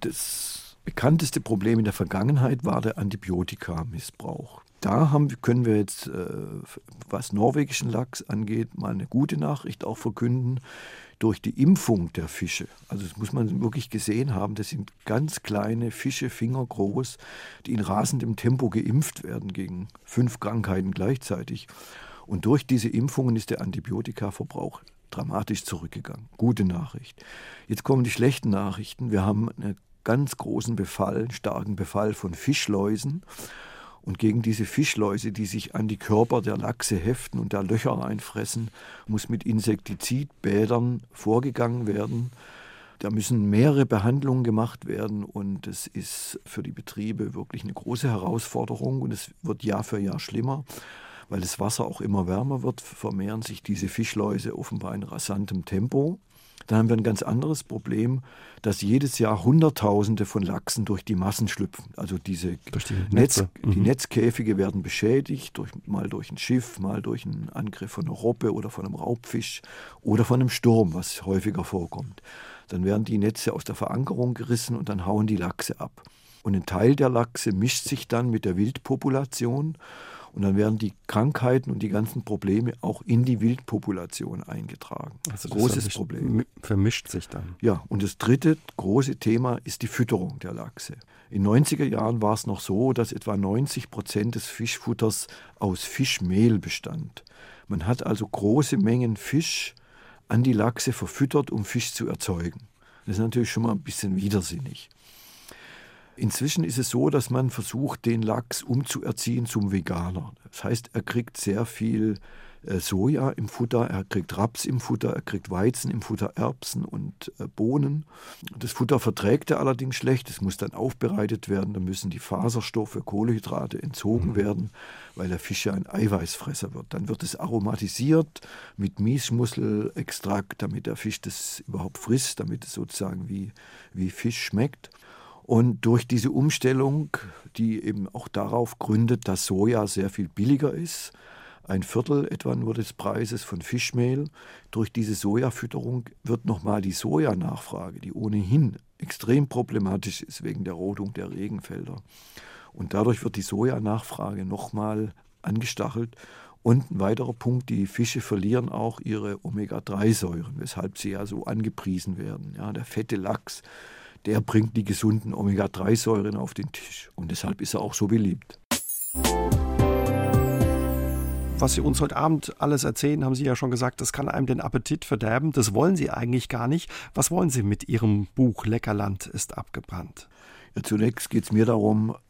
Das bekannteste Problem in der Vergangenheit war der Antibiotikamissbrauch. Da haben, können wir jetzt, äh, was norwegischen Lachs angeht, mal eine gute Nachricht auch verkünden. Durch die Impfung der Fische, also das muss man wirklich gesehen haben, das sind ganz kleine Fische, fingergroß, die in rasendem Tempo geimpft werden gegen fünf Krankheiten gleichzeitig. Und durch diese Impfungen ist der Antibiotikaverbrauch dramatisch zurückgegangen. Gute Nachricht. Jetzt kommen die schlechten Nachrichten. Wir haben einen ganz großen Befall, einen starken Befall von Fischläusen. Und gegen diese Fischläuse, die sich an die Körper der Lachse heften und da Löcher reinfressen, muss mit Insektizidbädern vorgegangen werden. Da müssen mehrere Behandlungen gemacht werden und es ist für die Betriebe wirklich eine große Herausforderung und es wird Jahr für Jahr schlimmer. Weil das Wasser auch immer wärmer wird, vermehren sich diese Fischläuse offenbar in rasantem Tempo. Dann haben wir ein ganz anderes Problem, dass jedes Jahr Hunderttausende von Lachsen durch die Massen schlüpfen. Also diese durch die, Netz, Netze. Mhm. die Netzkäfige werden beschädigt, durch, mal durch ein Schiff, mal durch einen Angriff von einer Robbe oder von einem Raubfisch oder von einem Sturm, was häufiger vorkommt. Dann werden die Netze aus der Verankerung gerissen und dann hauen die Lachse ab. Und ein Teil der Lachse mischt sich dann mit der Wildpopulation. Und dann werden die Krankheiten und die ganzen Probleme auch in die Wildpopulation eingetragen. Also Großes das Problem. Vermischt sich dann. Ja, und das dritte große Thema ist die Fütterung der Lachse. In den neunziger Jahren war es noch so, dass etwa neunzig Prozent des Fischfutters aus Fischmehl bestand. Man hat also große Mengen Fisch an die Lachse verfüttert, um Fisch zu erzeugen. Das ist natürlich schon mal ein bisschen widersinnig. Inzwischen ist es so, dass man versucht, den Lachs umzuerziehen zum Veganer. Das heißt, er kriegt sehr viel äh, Soja im Futter, er kriegt Raps im Futter, er kriegt Weizen im Futter, Erbsen und äh, Bohnen. Das Futter verträgt er allerdings schlecht, es muss dann aufbereitet werden, da müssen die Faserstoffe, Kohlenhydrate entzogen mhm. werden, weil der Fisch ja ein Eiweißfresser wird. Dann wird es aromatisiert mit Miesmusselextrakt, damit der Fisch das überhaupt frisst, damit es sozusagen wie, wie Fisch schmeckt. Und durch diese Umstellung, die eben auch darauf gründet, dass Soja sehr viel billiger ist, ein Viertel etwa nur des Preises von Fischmehl, durch diese Sojafütterung wird nochmal die Sojanachfrage, die ohnehin extrem problematisch ist wegen der Rodung der Regenfelder. Und dadurch wird die Sojanachfrage nochmal angestachelt. Und ein weiterer Punkt, die Fische verlieren auch ihre Omega drei Säuren, weshalb sie ja so angepriesen werden. Ja, der fette Lachs, der bringt die gesunden Omega drei Säuren auf den Tisch. Und deshalb ist er auch so beliebt. Was Sie uns heute Abend alles erzählen, haben Sie ja schon gesagt, das kann einem den Appetit verderben. Das wollen Sie eigentlich gar nicht. Was wollen Sie mit Ihrem Buch Leckerland ist abgebrannt? Ja, zunächst geht es mir darum,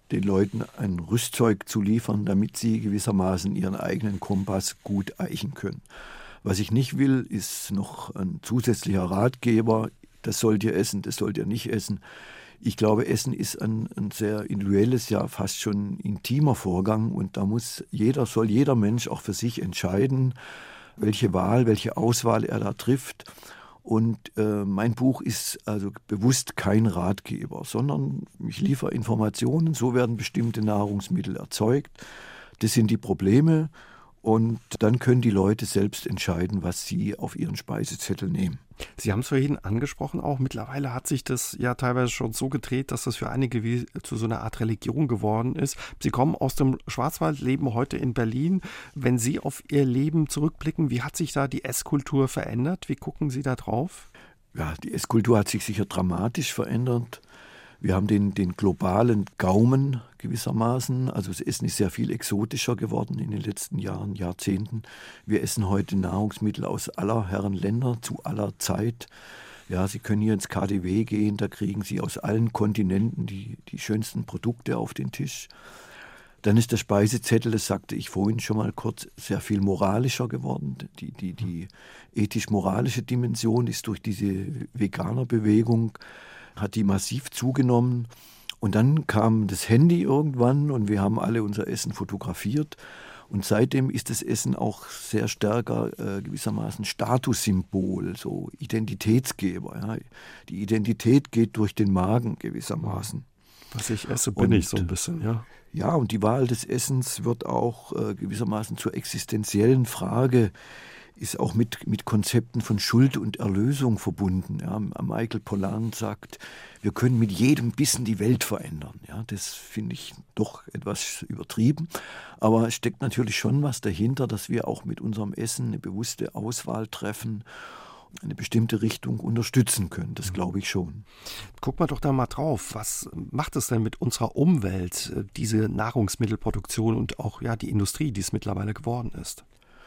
den Leuten ein Rüstzeug zu liefern, damit sie gewissermaßen ihren eigenen Kompass gut eichen können. Was ich nicht will, ist noch ein zusätzlicher Ratgeber, das sollt ihr essen, das sollt ihr nicht essen. Ich glaube, Essen ist ein, ein sehr individuelles, ja fast schon intimer Vorgang und da muss jeder, soll jeder Mensch auch für sich entscheiden, welche Wahl, welche Auswahl er da trifft. Und äh, mein Buch ist also bewusst kein Ratgeber, sondern ich liefere Informationen, so werden bestimmte Nahrungsmittel erzeugt. Das sind die Probleme und dann können die Leute selbst entscheiden, was sie auf ihren Speisezettel nehmen. Sie haben es vorhin angesprochen auch, mittlerweile hat sich das ja teilweise schon so gedreht, dass das für einige wie zu so einer Art Religion geworden ist. Sie kommen aus dem Schwarzwald, leben heute in Berlin. Wenn Sie auf Ihr Leben zurückblicken, wie hat sich da die Esskultur verändert? Wie gucken Sie da drauf? Ja, die Esskultur hat sich sicher dramatisch verändert. Wir haben den, den globalen Gaumen gewissermaßen. Also das Essen ist sehr viel exotischer geworden in den letzten Jahren, Jahrzehnten. Wir essen heute Nahrungsmittel aus aller Herren Länder zu aller Zeit. Ja, Sie können hier ins K D W gehen, da kriegen Sie aus allen Kontinenten die, die schönsten Produkte auf den Tisch. Dann ist der Speisezettel, das sagte ich vorhin schon mal kurz, sehr viel moralischer geworden. Die, die, die ethisch-moralische Dimension ist durch diese Veganerbewegung hat die massiv zugenommen. Und dann kam das Handy irgendwann und wir haben alle unser Essen fotografiert. Und seitdem ist das Essen auch sehr stärker äh, gewissermaßen Statussymbol, so Identitätsgeber. Ja. Die Identität geht durch den Magen gewissermaßen. Was ich esse, bin und, ich so ein bisschen, ja. Ja, und die Wahl des Essens wird auch äh, gewissermaßen zur existenziellen Frage, ist auch mit, mit Konzepten von Schuld und Erlösung verbunden. Ja. Michael Pollan sagt, wir können mit jedem Bissen die Welt verändern. Ja, das finde ich doch etwas übertrieben. Aber es steckt natürlich schon was dahinter, dass wir auch mit unserem Essen eine bewusste Auswahl treffen, eine bestimmte Richtung unterstützen können. Das glaube ich schon. Guck mal doch da mal drauf. Was macht es denn mit unserer Umwelt, diese Nahrungsmittelproduktion und auch ja, die Industrie, die es mittlerweile geworden ist?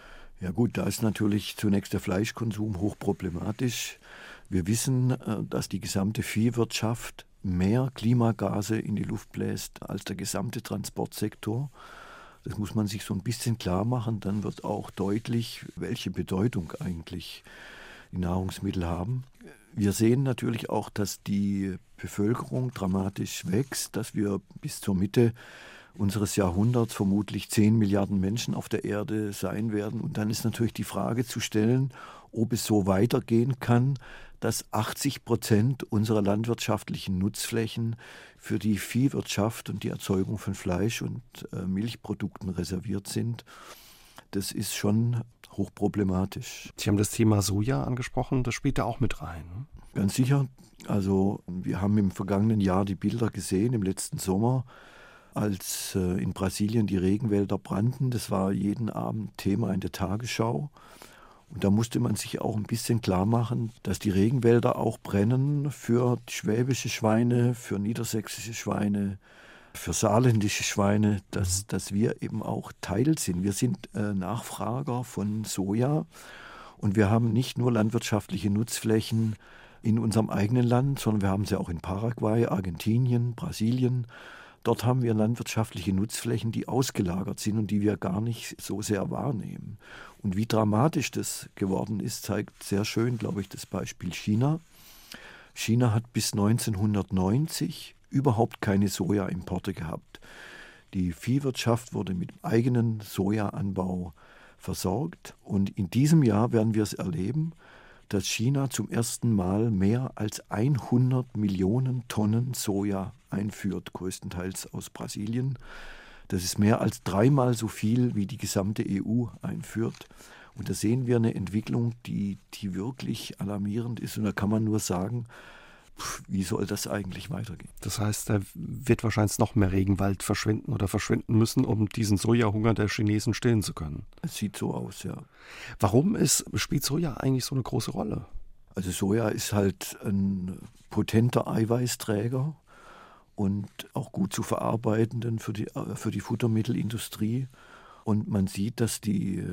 Ja gut, da ist natürlich zunächst der Fleischkonsum hochproblematisch. Wir wissen, dass die gesamte Viehwirtschaft mehr Klimagase in die Luft bläst als der gesamte Transportsektor. Das muss man sich so ein bisschen klar machen. Dann wird auch deutlich, welche Bedeutung eigentlich die Nahrungsmittel haben. Wir sehen natürlich auch, dass die Bevölkerung dramatisch wächst, dass wir bis zur Mitte unseres Jahrhunderts vermutlich zehn Milliarden Menschen auf der Erde sein werden. Und dann ist natürlich die Frage zu stellen, ob es so weitergehen kann, dass achtzig Prozent unserer landwirtschaftlichen Nutzflächen für die Viehwirtschaft und die Erzeugung von Fleisch und äh, Milchprodukten reserviert sind. Das ist schon hochproblematisch. Sie haben das Thema Soja angesprochen, das spielt da auch mit rein. Ne? Ganz sicher. Also wir haben im vergangenen Jahr die Bilder gesehen, im letzten Sommer, als äh, in Brasilien die Regenwälder brannten. Das war jeden Abend Thema in der Tagesschau. Und da musste man sich auch ein bisschen klar machen, dass die Regenwälder auch brennen für schwäbische Schweine, für niedersächsische Schweine, für saarländische Schweine, dass, dass wir eben auch Teil sind. Wir sind äh, Nachfrager von Soja und wir haben nicht nur landwirtschaftliche Nutzflächen in unserem eigenen Land, sondern wir haben sie auch in Paraguay, Argentinien, Brasilien. Dort haben wir landwirtschaftliche Nutzflächen, die ausgelagert sind und die wir gar nicht so sehr wahrnehmen. Und wie dramatisch das geworden ist, zeigt sehr schön, glaube ich, das Beispiel China. China hat bis neunzehnhundertneunzig überhaupt keine Sojaimporte gehabt. Die Viehwirtschaft wurde mit eigenen Sojaanbau versorgt. Und in diesem Jahr werden wir es erleben, dass China zum ersten Mal mehr als hundert Millionen Tonnen Soja einführt, größtenteils aus Brasilien. Das ist mehr als dreimal so viel, wie die gesamte E U einführt. Und da sehen wir eine Entwicklung, die, die wirklich alarmierend ist. Und da kann man nur sagen, pff, wie soll das eigentlich weitergehen? Das heißt, da wird wahrscheinlich noch mehr Regenwald verschwinden oder verschwinden müssen, um diesen Sojahunger der Chinesen stillen zu können. Es sieht so aus, ja. Warum ist, spielt Soja eigentlich so eine große Rolle? Also Soja ist halt ein potenter Eiweißträger und auch gut zu verarbeitenden für die, für die Futtermittelindustrie. Und man sieht, dass die äh,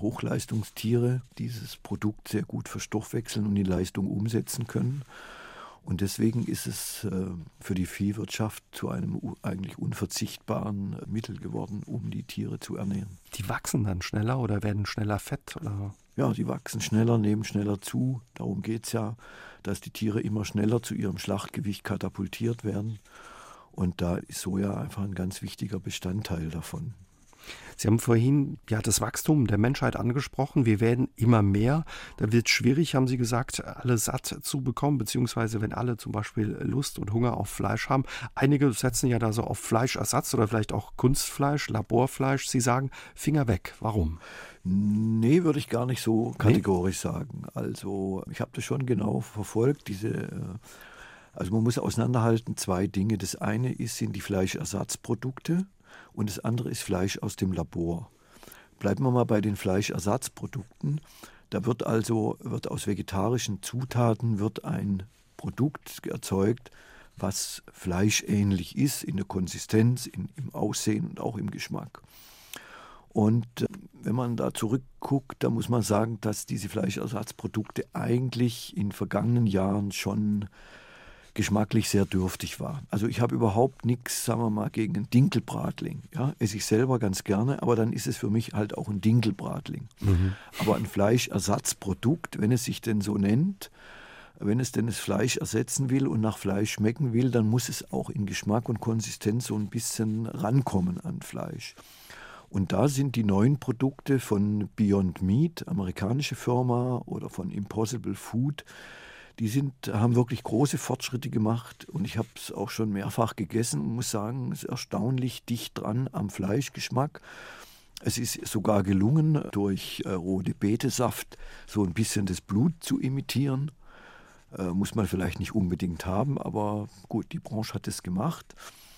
Hochleistungstiere dieses Produkt sehr gut verstoffwechseln und die Leistung umsetzen können. Und deswegen ist es äh, für die Viehwirtschaft zu einem u- eigentlich unverzichtbaren Mittel geworden, um die Tiere zu ernähren. Die wachsen dann schneller oder werden schneller fett? Oder? Ja, die wachsen schneller, nehmen schneller zu. Darum geht es ja, dass die Tiere immer schneller zu ihrem Schlachtgewicht katapultiert werden. Und da ist Soja einfach ein ganz wichtiger Bestandteil davon. Sie haben vorhin ja das Wachstum der Menschheit angesprochen. Wir werden immer mehr. Da wird es schwierig, haben Sie gesagt, alle satt zu bekommen, beziehungsweise wenn alle zum Beispiel Lust und Hunger auf Fleisch haben. Einige setzen ja da so auf Fleischersatz oder vielleicht auch Kunstfleisch, Laborfleisch. Sie sagen, Finger weg. Warum? Nee, würde ich gar nicht so kategorisch nee? sagen. Also ich habe das schon genau verfolgt, diese... Also man muss auseinanderhalten zwei Dinge. Das eine ist, sind die Fleischersatzprodukte und das andere ist Fleisch aus dem Labor. Bleiben wir mal bei den Fleischersatzprodukten. Da wird also wird aus vegetarischen Zutaten wird ein Produkt erzeugt, was fleischähnlich ist in der Konsistenz, in, im Aussehen und auch im Geschmack. Und wenn man da zurückguckt, da muss man sagen, dass diese Fleischersatzprodukte eigentlich in vergangenen Jahren schon geschmacklich sehr dürftig war. Also ich habe überhaupt nichts, sagen wir mal, gegen einen Dinkelbratling. Ja, esse ich selber ganz gerne, aber dann ist es für mich halt auch ein Dinkelbratling. Mhm. Aber ein Fleischersatzprodukt, wenn es sich denn so nennt, wenn es denn das Fleisch ersetzen will und nach Fleisch schmecken will, dann muss es auch in Geschmack und Konsistenz so ein bisschen rankommen an Fleisch. Und da sind die neuen Produkte von Beyond Meat, amerikanische Firma, oder von Impossible Food, die sind, haben wirklich große Fortschritte gemacht und ich habe es auch schon mehrfach gegessen und muss sagen, es ist erstaunlich dicht dran am Fleischgeschmack. Es ist sogar gelungen, durch äh, rote Betesaft so ein bisschen das Blut zu imitieren. Äh, muss man vielleicht nicht unbedingt haben, aber gut, die Branche hat es gemacht.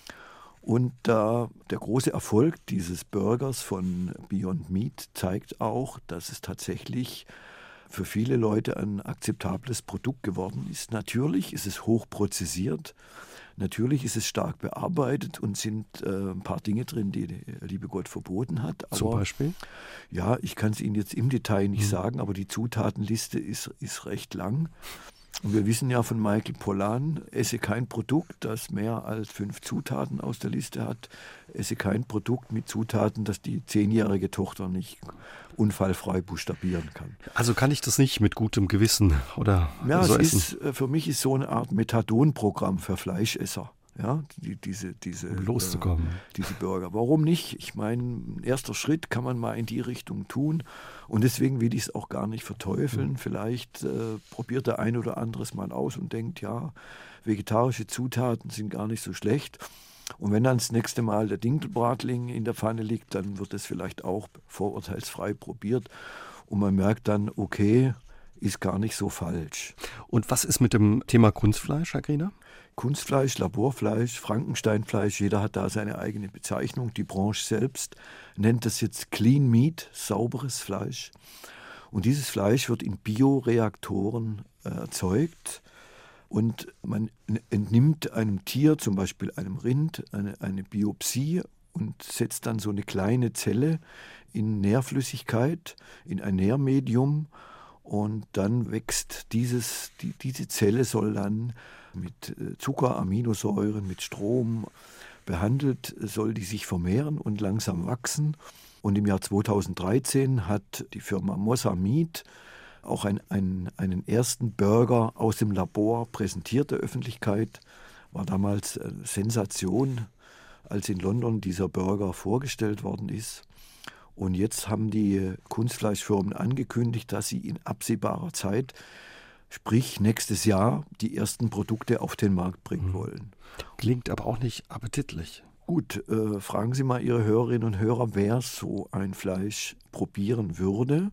Und äh, der große Erfolg dieses Burgers von Beyond Meat zeigt auch, dass es tatsächlich für viele Leute ein akzeptables Produkt geworden ist. Natürlich ist es hochprozessiert, natürlich ist es stark bearbeitet und sind äh, ein paar Dinge drin, die der liebe Gott verboten hat. Aber, zum Beispiel? Ja, ich kann es Ihnen jetzt im Detail nicht mhm. sagen, aber die Zutatenliste ist, ist recht lang. Und wir wissen ja von Michael Pollan, esse kein Produkt, das mehr als fünf Zutaten aus der Liste hat. Esse kein Produkt mit Zutaten, das die zehnjährige Tochter nicht unfallfrei buchstabieren kann. Also kann ich das nicht mit gutem Gewissen oder ja, so es essen? Ist, für mich ist so eine Art Methadon-Programm für Fleischesser. Ja, die, diese, diese, um loszukommen. Äh, diese Burger. Warum nicht? Ich meine, ein erster Schritt kann man mal in die Richtung tun. Und deswegen will ich es auch gar nicht verteufeln. Mhm. Vielleicht äh, probiert der ein oder anderes mal aus und denkt, ja, vegetarische Zutaten sind gar nicht so schlecht. Und wenn dann das nächste Mal der Dinkelbratling in der Pfanne liegt, dann wird es vielleicht auch vorurteilsfrei probiert. Und man merkt dann, okay, ist gar nicht so falsch. Und was ist mit dem Thema Kunstfleisch, Herr Griener? Kunstfleisch, Laborfleisch, Frankensteinfleisch, jeder hat da seine eigene Bezeichnung. Die Branche selbst nennt das jetzt Clean Meat, sauberes Fleisch. Und dieses Fleisch wird in Bioreaktoren äh, erzeugt und man entnimmt einem Tier, zum Beispiel einem Rind, eine, eine Biopsie und setzt dann so eine kleine Zelle in Nährflüssigkeit, in ein Nährmedium und dann wächst dieses, die, diese Zelle soll dann mit Zucker, Aminosäuren, mit Strom behandelt, soll die sich vermehren und langsam wachsen. Und im Jahr zweitausenddreizehn hat die Firma Mossa Meat auch ein, ein, einen ersten Burger aus dem Labor präsentiert der Öffentlichkeit. War damals eine Sensation, als in London dieser Burger vorgestellt worden ist. Und jetzt haben die Kunstfleischfirmen angekündigt, dass sie in absehbarer Zeit, sprich nächstes Jahr, die ersten Produkte auf den Markt bringen mhm. wollen. Klingt aber auch nicht appetitlich. Gut, äh, fragen Sie mal Ihre Hörerinnen und Hörer, wer so ein Fleisch probieren würde.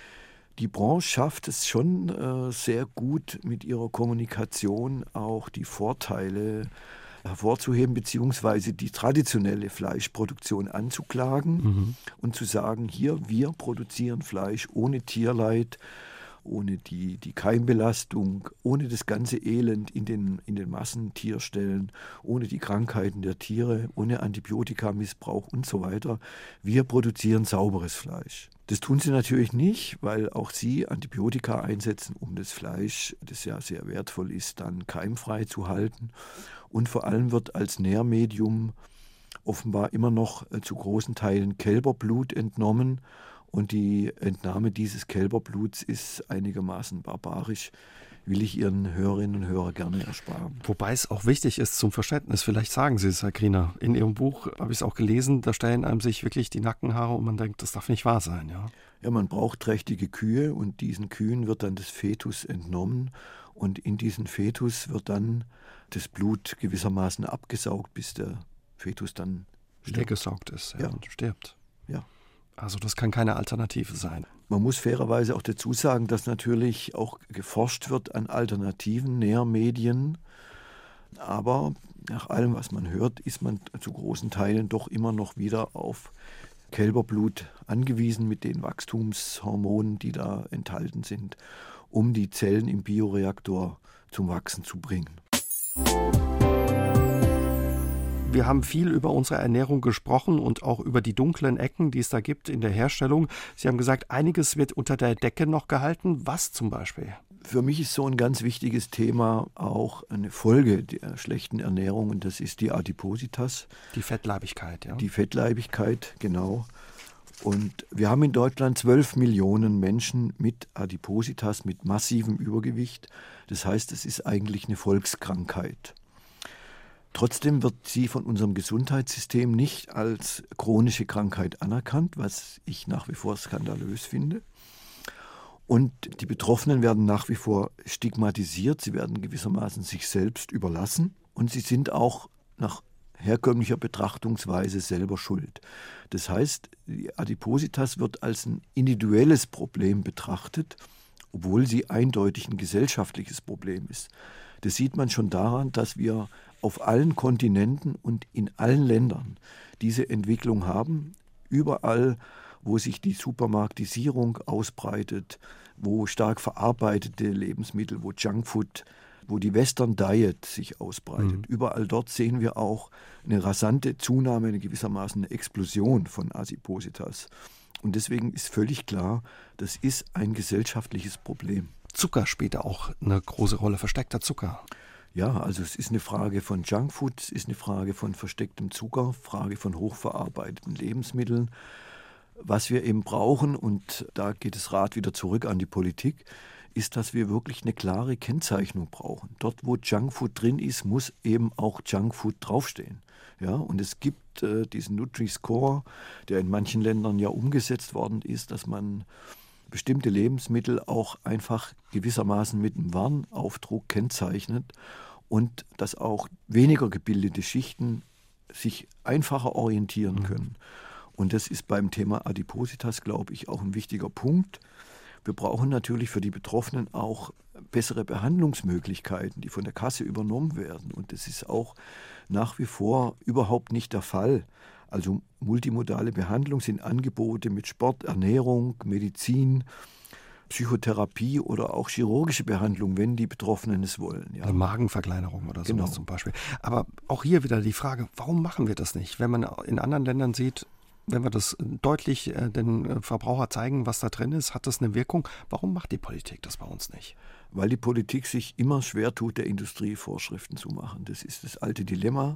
Die Branche schafft es schon äh, sehr gut mit ihrer Kommunikation auch die Vorteile hervorzuheben, beziehungsweise die traditionelle Fleischproduktion anzuklagen mhm. und zu sagen, hier, wir produzieren Fleisch ohne Tierleid, ohne die, die Keimbelastung, ohne das ganze Elend in den, in den Massentierstellen, ohne die Krankheiten der Tiere, ohne Antibiotikamissbrauch und so weiter. Wir produzieren sauberes Fleisch. Das tun sie natürlich nicht, weil auch sie Antibiotika einsetzen, um das Fleisch, das ja sehr wertvoll ist, dann keimfrei zu halten. Und vor allem wird als Nährmedium offenbar immer noch zu großen Teilen Kälberblut entnommen. Und die Entnahme dieses Kälberbluts ist einigermaßen barbarisch, will ich Ihren Hörerinnen und Hörern gerne ersparen. Wobei es auch wichtig ist zum Verständnis, vielleicht sagen Sie es, Herr Griener. In Ihrem Buch habe ich es auch gelesen, da stellen einem sich wirklich die Nackenhaare und man denkt, das darf nicht wahr sein. Ja, ja, man braucht trächtige Kühe und diesen Kühen wird dann das Fetus entnommen und in diesen Fetus wird dann das Blut gewissermaßen abgesaugt, bis der Fetus dann leergesaugt ist ja, ja. und stirbt. Ja. Also das kann keine Alternative sein. Man muss fairerweise auch dazu sagen, dass natürlich auch geforscht wird an alternativen Nährmedien. Aber nach allem, was man hört, ist man zu großen Teilen doch immer noch wieder auf Kälberblut angewiesen mit den Wachstumshormonen, die da enthalten sind, um die Zellen im Bioreaktor zum Wachsen zu bringen. Wir haben viel über unsere Ernährung gesprochen und auch über die dunklen Ecken, die es da gibt in der Herstellung. Sie haben gesagt, einiges wird unter der Decke noch gehalten. Was zum Beispiel? Für mich ist so ein ganz wichtiges Thema auch eine Folge der schlechten Ernährung und das ist die Adipositas. Die Fettleibigkeit, ja. Die Fettleibigkeit, genau. Und wir haben in Deutschland zwölf Millionen Menschen mit Adipositas, mit massivem Übergewicht. Das heißt, es ist eigentlich eine Volkskrankheit. Trotzdem wird sie von unserem Gesundheitssystem nicht als chronische Krankheit anerkannt, was ich nach wie vor skandalös finde. Und die Betroffenen werden nach wie vor stigmatisiert, sie werden gewissermaßen sich selbst überlassen und sie sind auch nach herkömmlicher Betrachtungsweise selber schuld. Das heißt, die Adipositas wird als ein individuelles Problem betrachtet, obwohl sie eindeutig ein gesellschaftliches Problem ist. Das sieht man schon daran, dass wir auf allen Kontinenten und in allen Ländern diese Entwicklung haben. Überall, wo sich die Supermarktisierung ausbreitet, wo stark verarbeitete Lebensmittel, wo Junkfood, wo die Western Diet sich ausbreitet. Mhm. Überall dort sehen wir auch eine rasante Zunahme, eine gewissermaßen eine Explosion von Adipositas. Und deswegen ist völlig klar, das ist ein gesellschaftliches Problem. Zucker spielt auch eine große Rolle, versteckter Zucker. Ja, also es ist eine Frage von Junkfood, es ist eine Frage von verstecktem Zucker, Frage von hochverarbeiteten Lebensmitteln. Was wir eben brauchen, und da geht das Rad wieder zurück an die Politik, ist, dass wir wirklich eine klare Kennzeichnung brauchen. Dort, wo Junkfood drin ist, muss eben auch Junkfood draufstehen. Ja, und es gibt äh, diesen Nutri-Score, der in manchen Ländern ja umgesetzt worden ist, dass man bestimmte Lebensmittel auch einfach gewissermaßen mit einem Warnaufdruck kennzeichnet und dass auch weniger gebildete Schichten sich einfacher orientieren können. Und das ist beim Thema Adipositas, glaube ich, auch ein wichtiger Punkt. Wir brauchen natürlich für die Betroffenen auch bessere Behandlungsmöglichkeiten, die von der Kasse übernommen werden. Und das ist auch nach wie vor überhaupt nicht der Fall. Also multimodale Behandlung sind Angebote mit Sport, Ernährung, Medizin, Psychotherapie oder auch chirurgische Behandlung, wenn die Betroffenen es wollen. Ja. Eine Magenverkleinerung oder genau. sowas zum Beispiel. Aber auch hier wieder die Frage, warum machen wir das nicht? Wenn man in anderen Ländern sieht, wenn wir das deutlich äh, den Verbraucher zeigen, was da drin ist, hat das eine Wirkung. Warum macht die Politik das bei uns nicht? Weil die Politik sich immer schwer tut, der Industrie Vorschriften zu machen. Das ist das alte Dilemma.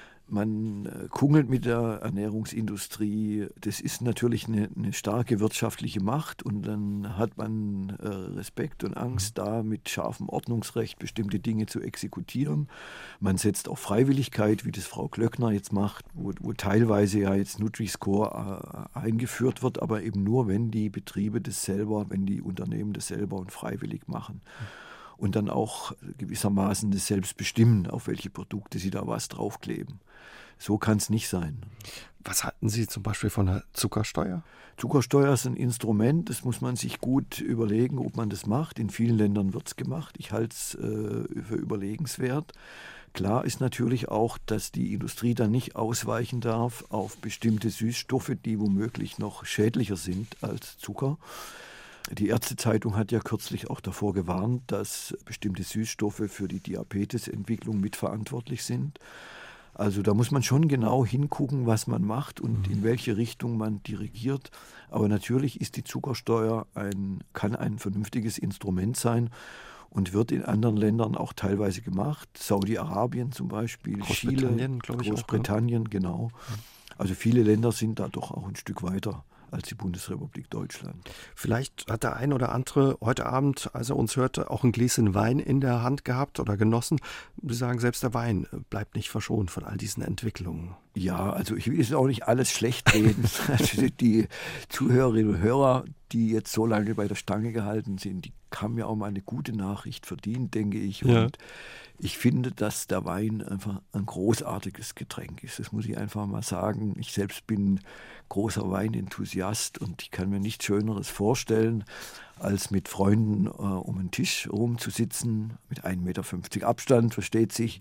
Man kungelt mit der Ernährungsindustrie. Das ist natürlich eine, eine starke wirtschaftliche Macht und dann hat man äh, Respekt und Angst, da mit scharfem Ordnungsrecht bestimmte Dinge zu exekutieren. Man setzt auf Freiwilligkeit, wie das Frau Glöckner jetzt macht, wo, wo teilweise ja jetzt Nutri-Score äh, eingeführt wird, aber eben nur, wenn die Betriebe das selber, wenn die Unternehmen das selber und freiwillig machen. Und dann auch gewissermaßen das selbst bestimmen, auf welche Produkte sie da was draufkleben. So kann es nicht sein. Was halten Sie zum Beispiel von der Zuckersteuer? Zuckersteuer ist ein Instrument, das muss man sich gut überlegen, ob man das macht. In vielen Ländern wird es gemacht. Ich halte es äh, für überlegenswert. Klar ist natürlich auch, dass die Industrie dann nicht ausweichen darf auf bestimmte Süßstoffe, die womöglich noch schädlicher sind als Zucker. Die Ärztezeitung hat ja kürzlich auch davor gewarnt, dass bestimmte Süßstoffe für die Diabetesentwicklung mitverantwortlich sind. Also da muss man schon genau hingucken, was man macht und in welche Richtung man dirigiert. Aber natürlich ist die Zuckersteuer ein, kann ein vernünftiges Instrument sein und wird in anderen Ländern auch teilweise gemacht. Saudi-Arabien zum Beispiel, Großbritannien, Chile, ich Großbritannien, auch, ne? Genau. Also viele Länder sind da doch auch ein Stück weiter als die Bundesrepublik Deutschland. Vielleicht hat der ein oder andere heute Abend, als er uns hörte, auch ein Gläschen Wein in der Hand gehabt oder genossen. Sie sagen, selbst der Wein bleibt nicht verschont von all diesen Entwicklungen. Ja, also ich will jetzt auch nicht alles schlecht reden. Also die Zuhörerinnen und Hörer, die jetzt so lange bei der Stange gehalten sind, die haben ja auch mal eine gute Nachricht verdient, denke ich. Ja. Und ich finde, dass der Wein einfach ein großartiges Getränk ist. Das muss ich einfach mal sagen. Ich selbst bin großer Weinenthusiast und ich kann mir nichts Schöneres vorstellen, als mit Freunden äh, um einen Tisch rumzusitzen, mit ein Meter fünfzig Abstand, versteht sich,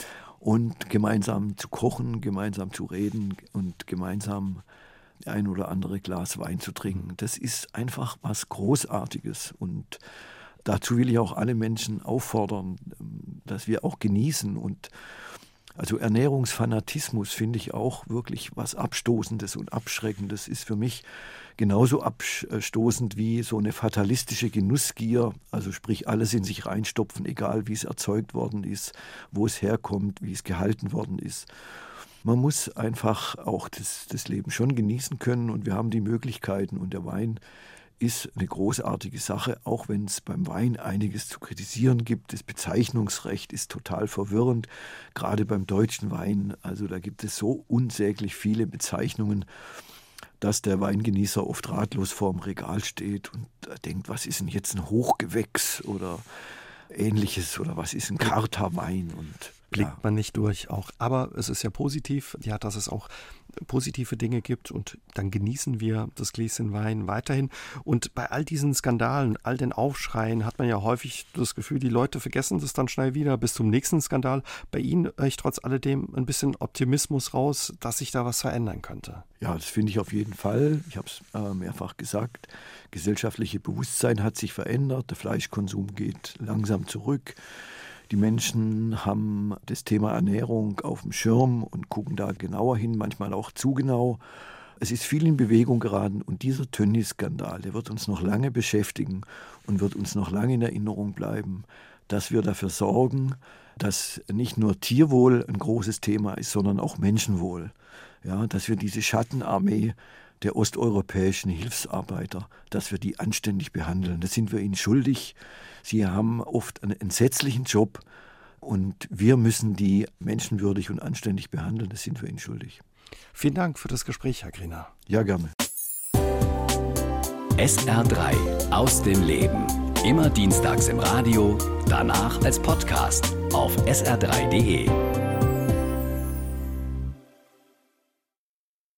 und gemeinsam zu kochen, gemeinsam zu reden und gemeinsam ein oder andere Glas Wein zu trinken. Das ist einfach was Großartiges und dazu will ich auch alle Menschen auffordern, dass wir auch genießen. Und also Ernährungsfanatismus finde ich auch wirklich was Abstoßendes und Abschreckendes, ist für mich genauso abstoßend wie so eine fatalistische Genussgier, also sprich alles in sich reinstopfen, egal wie es erzeugt worden ist, wo es herkommt, wie es gehalten worden ist. Man muss einfach auch das, das Leben schon genießen können und wir haben die Möglichkeiten und der Wein ist eine großartige Sache, auch wenn es beim Wein einiges zu kritisieren gibt. Das Bezeichnungsrecht ist total verwirrend, gerade beim deutschen Wein. Also da gibt es so unsäglich viele Bezeichnungen, dass der Weingenießer oft ratlos vorm Regal steht und denkt, was ist denn jetzt ein Hochgewächs oder Ähnliches oder was ist ein Karta-Wein und blickt ja. man nicht durch auch. Aber es ist ja positiv, ja, dass es auch positive Dinge gibt und dann genießen wir das Gläschen Wein weiterhin. Und bei all diesen Skandalen, all den Aufschreien hat man ja häufig das Gefühl, die Leute vergessen das dann schnell wieder bis zum nächsten Skandal. Bei Ihnen höre ich trotz alledem ein bisschen Optimismus raus, dass sich da was verändern könnte. Ja, das finde ich auf jeden Fall. Ich habe es äh, mehrfach gesagt. Gesellschaftliche Bewusstsein hat sich verändert. Der Fleischkonsum geht langsam zurück. Die Menschen haben das Thema Ernährung auf dem Schirm und gucken da genauer hin, manchmal auch zu genau. Es ist viel in Bewegung geraten und dieser Tönnies-Skandal, der wird uns noch lange beschäftigen und wird uns noch lange in Erinnerung bleiben, dass wir dafür sorgen, dass nicht nur Tierwohl ein großes Thema ist, sondern auch Menschenwohl. Ja, dass wir diese Schattenarmee der osteuropäischen Hilfsarbeiter, dass wir die anständig behandeln. Das sind wir ihnen schuldig. Sie haben oft einen entsetzlichen Job und wir müssen die menschenwürdig und anständig behandeln. Das sind wir ihnen schuldig. Vielen Dank für das Gespräch, Herr Griener. Ja, gerne. S R drei aus dem Leben. Immer dienstags im Radio, danach als Podcast auf s r drei punkt d e.